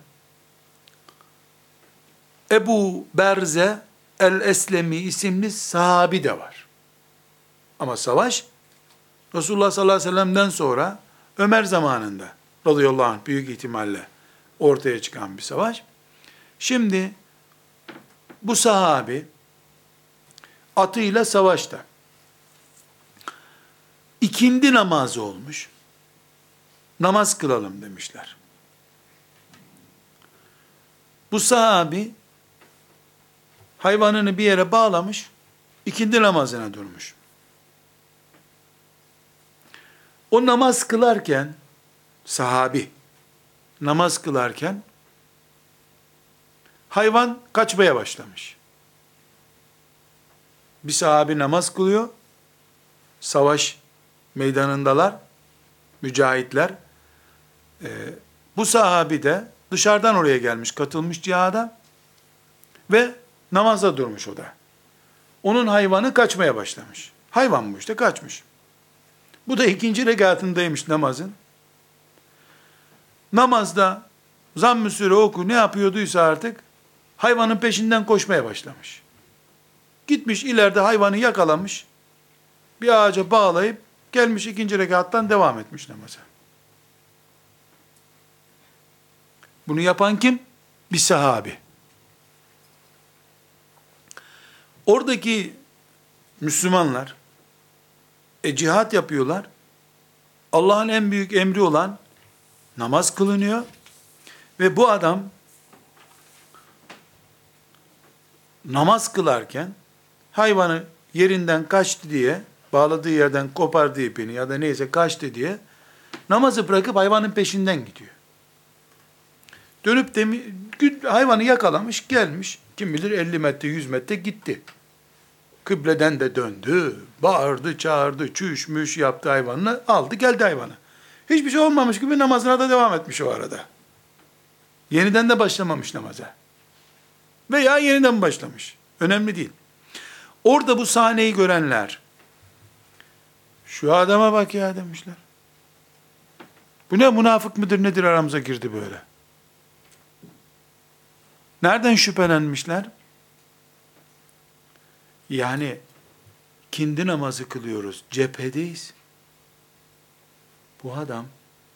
Ebu Berze el-Eslemi isimli sahabi de var. Ama savaş Resulullah sallallahu aleyhi ve sellem'den sonra Ömer zamanında radıyallahu anh büyük ihtimalle ortaya çıkan bir savaş. Şimdi bu sahabi atıyla savaşta. İkindi namazı olmuş. Namaz kılalım demişler. Bu sahabi hayvanını bir yere bağlamış, ikindi namazına durmuş. O namaz kılarken, sahabi namaz kılarken hayvan kaçmaya başlamış. Bir sahabi namaz kılıyor, savaş meydanındalar, mücahitler. Bu sahabi de dışarıdan oraya gelmiş, katılmış cihada ve namaza durmuş o da. Onun hayvanı kaçmaya başlamış. Hayvan bu işte, kaçmış. Bu da ikinci rekatındaymış namazın. Namazda zamm-ı sure oku ne yapıyorduysa artık hayvanın peşinden koşmaya başlamış. Gitmiş ileride hayvanı yakalamış, bir ağaca bağlayıp gelmiş ikinci rekattan devam etmiş namaza. Bunu yapan kim? Bir sahabi. Oradaki Müslümanlar cihat yapıyorlar. Allah'ın en büyük emri olan namaz kılınıyor ve bu adam namaz kılarken hayvanı yerinden kaçtı diye, bağladığı yerden kopardı ipini ya da neyse kaçtı diye namazı bırakıp hayvanın peşinden gidiyor. Dönüp hayvanı yakalamış, gelmiş. Kim bilir 50 metre, 100 metre gitti. Kıbleden de döndü, bağırdı, çağırdı, çüş müş yaptı hayvanla, aldı geldi hayvanı. Hiçbir şey olmamış gibi namazına da devam etmiş o arada. Yeniden de başlamamış namaza. Veya yeniden başlamış. Önemli değil. Orada bu sahneyi görenler, Şu adama bak ya demişler. Bu ne, münafık mıdır nedir, aramıza girdi böyle. Nereden şüphelenmişler? Yani ikindi namazı kılıyoruz, cephedeyiz. Bu adam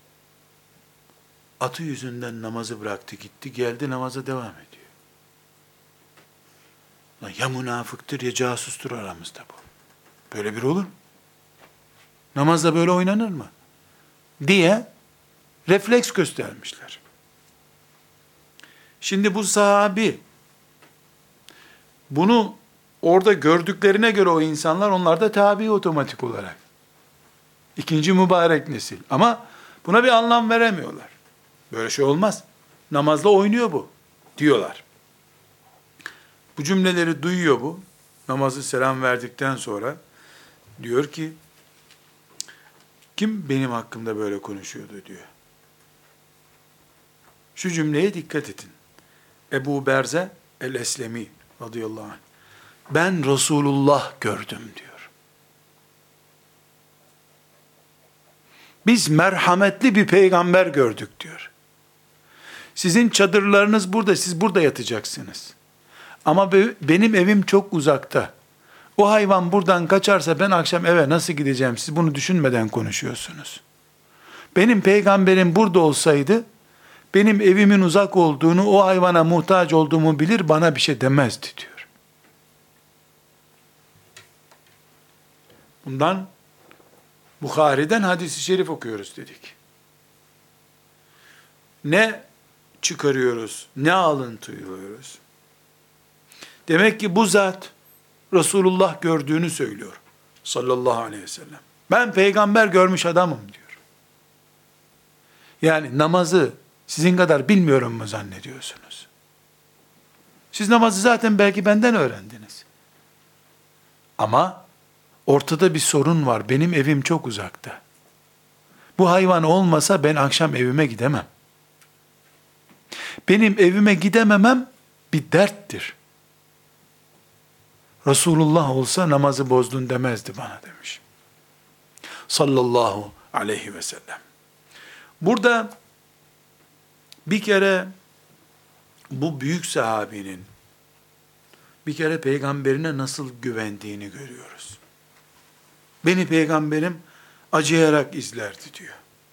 atı yüzünden namazı bıraktı gitti, geldi namaza devam ediyor. Ya münafıktır ya casustur aramızda bu. Böyle bir olur mu? Namazda böyle oynanır mı? Diye refleks göstermişler. Şimdi bu sahabi bunu orada gördüklerine göre o insanlar, onlar da tabi otomatik olarak. İkinci mübarek nesil. Ama buna bir anlam veremiyorlar. Böyle şey olmaz. Namazla oynuyor bu diyorlar. Bu cümleleri duyuyor bu. Namazı selam verdikten sonra diyor ki, kim benim hakkımda böyle konuşuyordu diyor. Şu cümleye dikkat edin. Ebu Berze el-Eslemi radıyallahu anh, ben Resulullah gördüm diyor. Biz merhametli bir peygamber gördük diyor. Sizin çadırlarınız burada, siz burada yatacaksınız. Ama benim evim çok uzakta. O hayvan buradan kaçarsa ben akşam eve nasıl gideceğim? Siz bunu düşünmeden konuşuyorsunuz. Benim peygamberim burada olsaydı, benim evimin uzak olduğunu, o hayvana muhtaç olduğumu bilir, bana bir şey demezdi diyor. Bundan Bukhari'den hadis-i şerif okuyoruz dedik. Ne çıkarıyoruz, ne alıntılıyoruz? Demek ki bu zat Resulullah gördüğünü söylüyor. Sallallahu aleyhi ve sellem. Ben peygamber görmüş adamım diyor. Yani namazı sizin kadar bilmiyorum mu zannediyorsunuz? Siz namazı zaten belki benden öğrendiniz. Ama ortada bir sorun var. Benim evim çok uzakta. Bu hayvan olmasa ben akşam evime gidemem. Benim evime gidememem bir derttir. Resulullah olsa namazı bozdun demezdi bana demiş. Sallallahu aleyhi ve sellem. Burada bir kere bu büyük sahabinin bir kere peygamberine nasıl güvendiğini görüyoruz. Beni peygamberim acıyarak izlerdi diyor.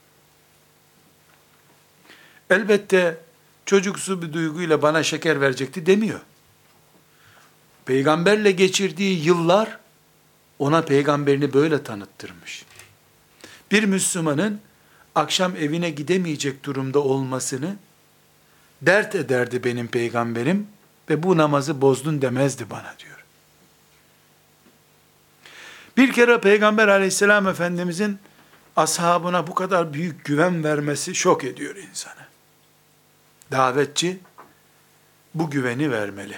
Elbette çocuksu bir duyguyla bana şeker verecekti demiyor. Peygamberle geçirdiği yıllar ona peygamberini böyle tanıttırmış. Bir Müslümanın akşam evine gidemeyecek durumda olmasını dert ederdi benim peygamberim ve bu namazı bozdun demezdi bana diyor. Bir kere Peygamber aleyhisselam Efendimizin ashabına bu kadar büyük güven vermesi şok ediyor insanı. Davetçi bu güveni vermeli.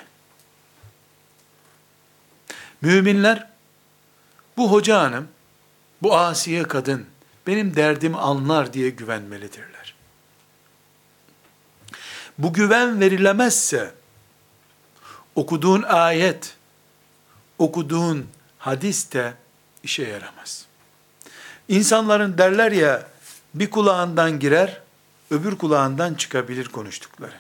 Müminler, bu hoca hanım, bu asiye kadın, benim derdimi anlar diye güvenmelidirler. Bu güven verilemezse, okuduğun ayet, okuduğun hadis de işe yaramaz. İnsanların derler ya, bir kulağından girer, öbür kulağından çıkabilir konuştukları.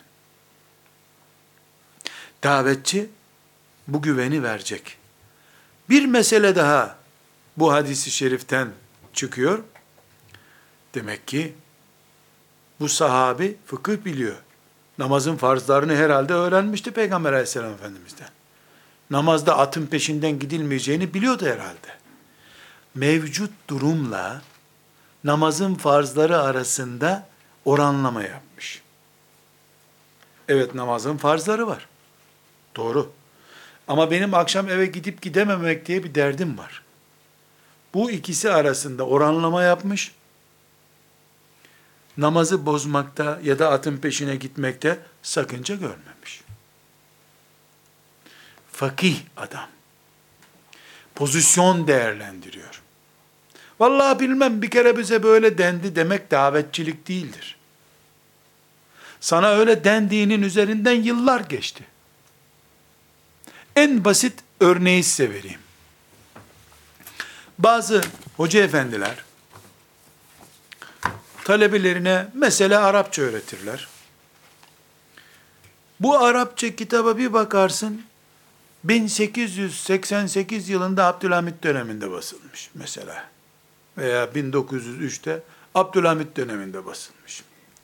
Davetçi, bu güveni verecek. Bir mesele daha bu hadis-i şeriften çıkıyor. Demek ki bu sahabi fıkıh biliyor. Namazın farzlarını herhalde öğrenmişti Peygamber aleyhisselam Efendimiz'den. Namazda atın peşinden gidilmeyeceğini biliyordu herhalde. Mevcut durumla namazın farzları arasında oranlama yapmış. Evet, namazın farzları var. Doğru. Ama benim akşam eve gidip gidememek diye bir derdim var. Bu ikisi arasında oranlama yapmış. Namazı bozmakta ya da atın peşine gitmekte sakınca görmemiş. Fakih adam. Pozisyon değerlendiriyor. Vallahi bilmem, bir kere bize böyle dendi demek davetçilik değildir. Sana öyle dendiğinin üzerinden yıllar geçti. En basit örneği size vereyim. Bazı Hoca efendiler talebelerine mesela Arapça öğretirler. Bu Arapça kitaba bir bakarsın, 1888 yılında Abdülhamit döneminde basılmış mesela. Veya 1903'te Abdülhamit döneminde basılmış.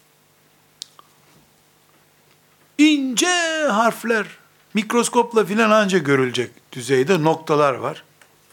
İnce harfler, mikroskopla filan anca görülecek düzeyde noktalar var.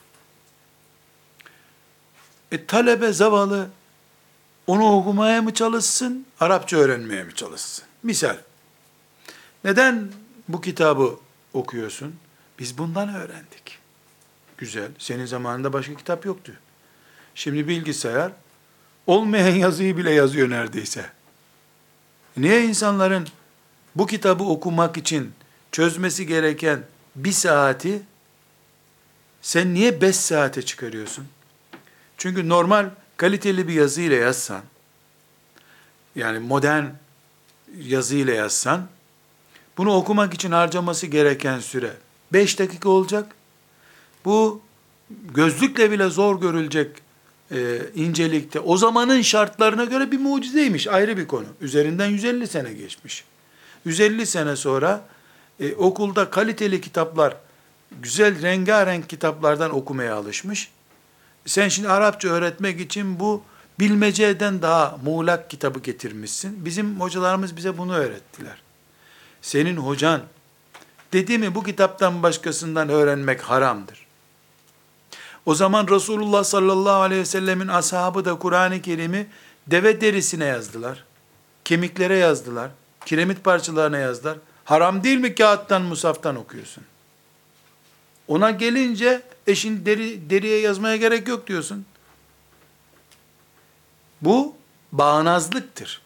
Talebe zavallı onu okumaya mı çalışsın, Arapça öğrenmeye mi çalışsın? Misal, neden bu kitabı okuyorsun? Biz bundan öğrendik. Güzel, senin zamanında başka kitap yoktu. Şimdi bilgisayar, olmayan yazıyı bile yazıyor neredeyse. Niye insanların bu kitabı okumak için çözmesi gereken bir saati, sen niye 5 saate çıkarıyorsun? Çünkü normal, kaliteli bir yazıyla yazsan, yani modern yazıyla yazsan, bunu okumak için harcaması gereken süre 5 dakika olacak. Bu gözlükle bile zor görülecek incelikte, o zamanın şartlarına göre bir mucizeymiş, ayrı bir konu. Üzerinden 150 sene geçmiş. 150 sene sonra okulda kaliteli kitaplar, güzel rengarenk kitaplardan okumaya alışmış. Sen şimdi Arapça öğretmek için bu bilmeceden daha muğlak kitabı getirmişsin. Bizim hocalarımız bize bunu öğrettiler. Senin hocan dedi mi bu kitaptan başkasından öğrenmek haramdır. O zaman Resulullah sallallahu aleyhi ve sellemin ashabı da Kur'an-ı Kerim'i deve derisine yazdılar. Kemiklere yazdılar. Kiremit parçalarına yazdılar. Haram değil mi kağıttan, musaftan okuyorsun? Ona gelince eşin deriye yazmaya gerek yok diyorsun. Bu bağnazlıktır.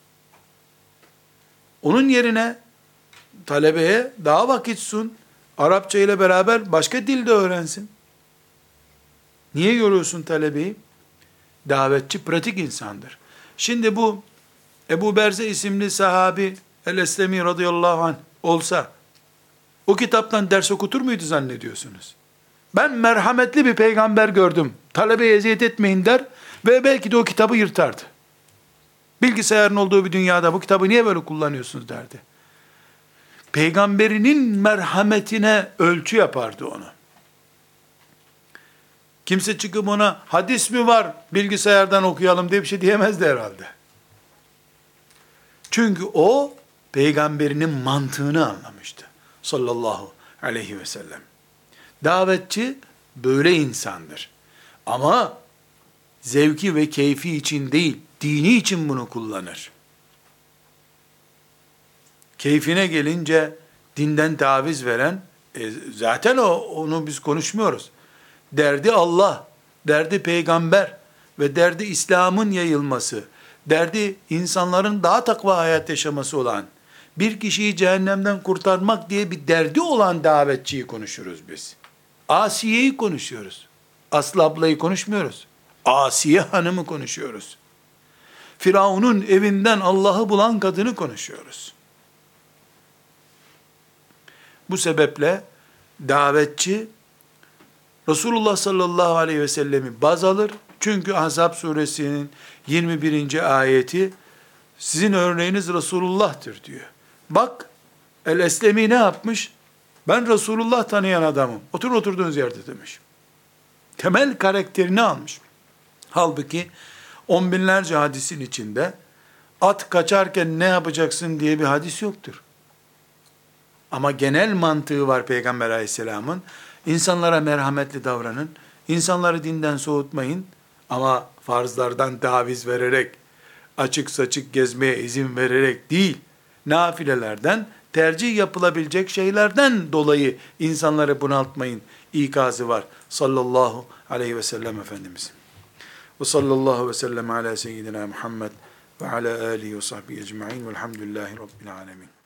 Onun yerine talebeye daha vakit sun. Arapça ile beraber başka dil de öğrensin. Niye yoruyorsun talebeyi? Davetçi pratik insandır. Şimdi bu Ebu Berze isimli sahabi El-Eslemi radıyallahu anh olsa o kitaptan ders okutur muydu zannediyorsunuz? Ben merhametli bir peygamber gördüm, talebeye eziyet etmeyin der ve belki de o kitabı yırtardı. Bilgisayarın olduğu bir dünyada bu kitabı niye böyle kullanıyorsunuz derdi. Peygamberinin merhametine ölçü yapardı onu. Kimse çıkıp ona hadis mi var bilgisayardan okuyalım diye bir şey diyemezdi herhalde. Çünkü o peygamberinin mantığını anlamıştı. Sallallahu aleyhi ve sellem. Davetçi böyle insandır. Ama zevki ve keyfi için değil, dini için bunu kullanır. Keyfine gelince dinden taviz veren, zaten onu biz konuşmuyoruz. Derdi Allah, derdi peygamber ve derdi İslam'ın yayılması, derdi insanların daha takva hayat yaşaması olan, bir kişiyi cehennemden kurtarmak diye bir derdi olan davetçiyi konuşuruz biz. Asiye'yi konuşuyoruz. Aslı ablayı konuşmuyoruz. Asiye hanımı konuşuyoruz. Firavun'un evinden Allah'ı bulan kadını konuşuyoruz. Bu sebeple davetçi Resulullah sallallahu aleyhi ve sellemi baz alır. Çünkü Ahzab suresinin 21. ayeti sizin örneğiniz Resulullah'tır diyor. Bak El-Eslemi ne yapmış? Ben Resulullah tanıyan adamım. Oturun oturduğunuz yerde demiş. Temel karakterini almış. Halbuki 10 binlerce hadisin içinde at kaçarken ne yapacaksın diye bir hadis yoktur. Ama genel mantığı var Peygamber aleyhisselamın. İnsanlara merhametli davranın. İnsanları dinden soğutmayın. Ama farzlardan taviz vererek, açık saçık gezmeye izin vererek değil, nafilelerden, tercih yapılabilecek şeylerden dolayı insanları bunaltmayın ikazı var. Sallallahu aleyhi ve sellem Efendimiz. Ve sallallahu ve sellem ala seyyidina Muhammed ve ala alihi ve sahbihi ecma'in velhamdülillahi rabbil alemin.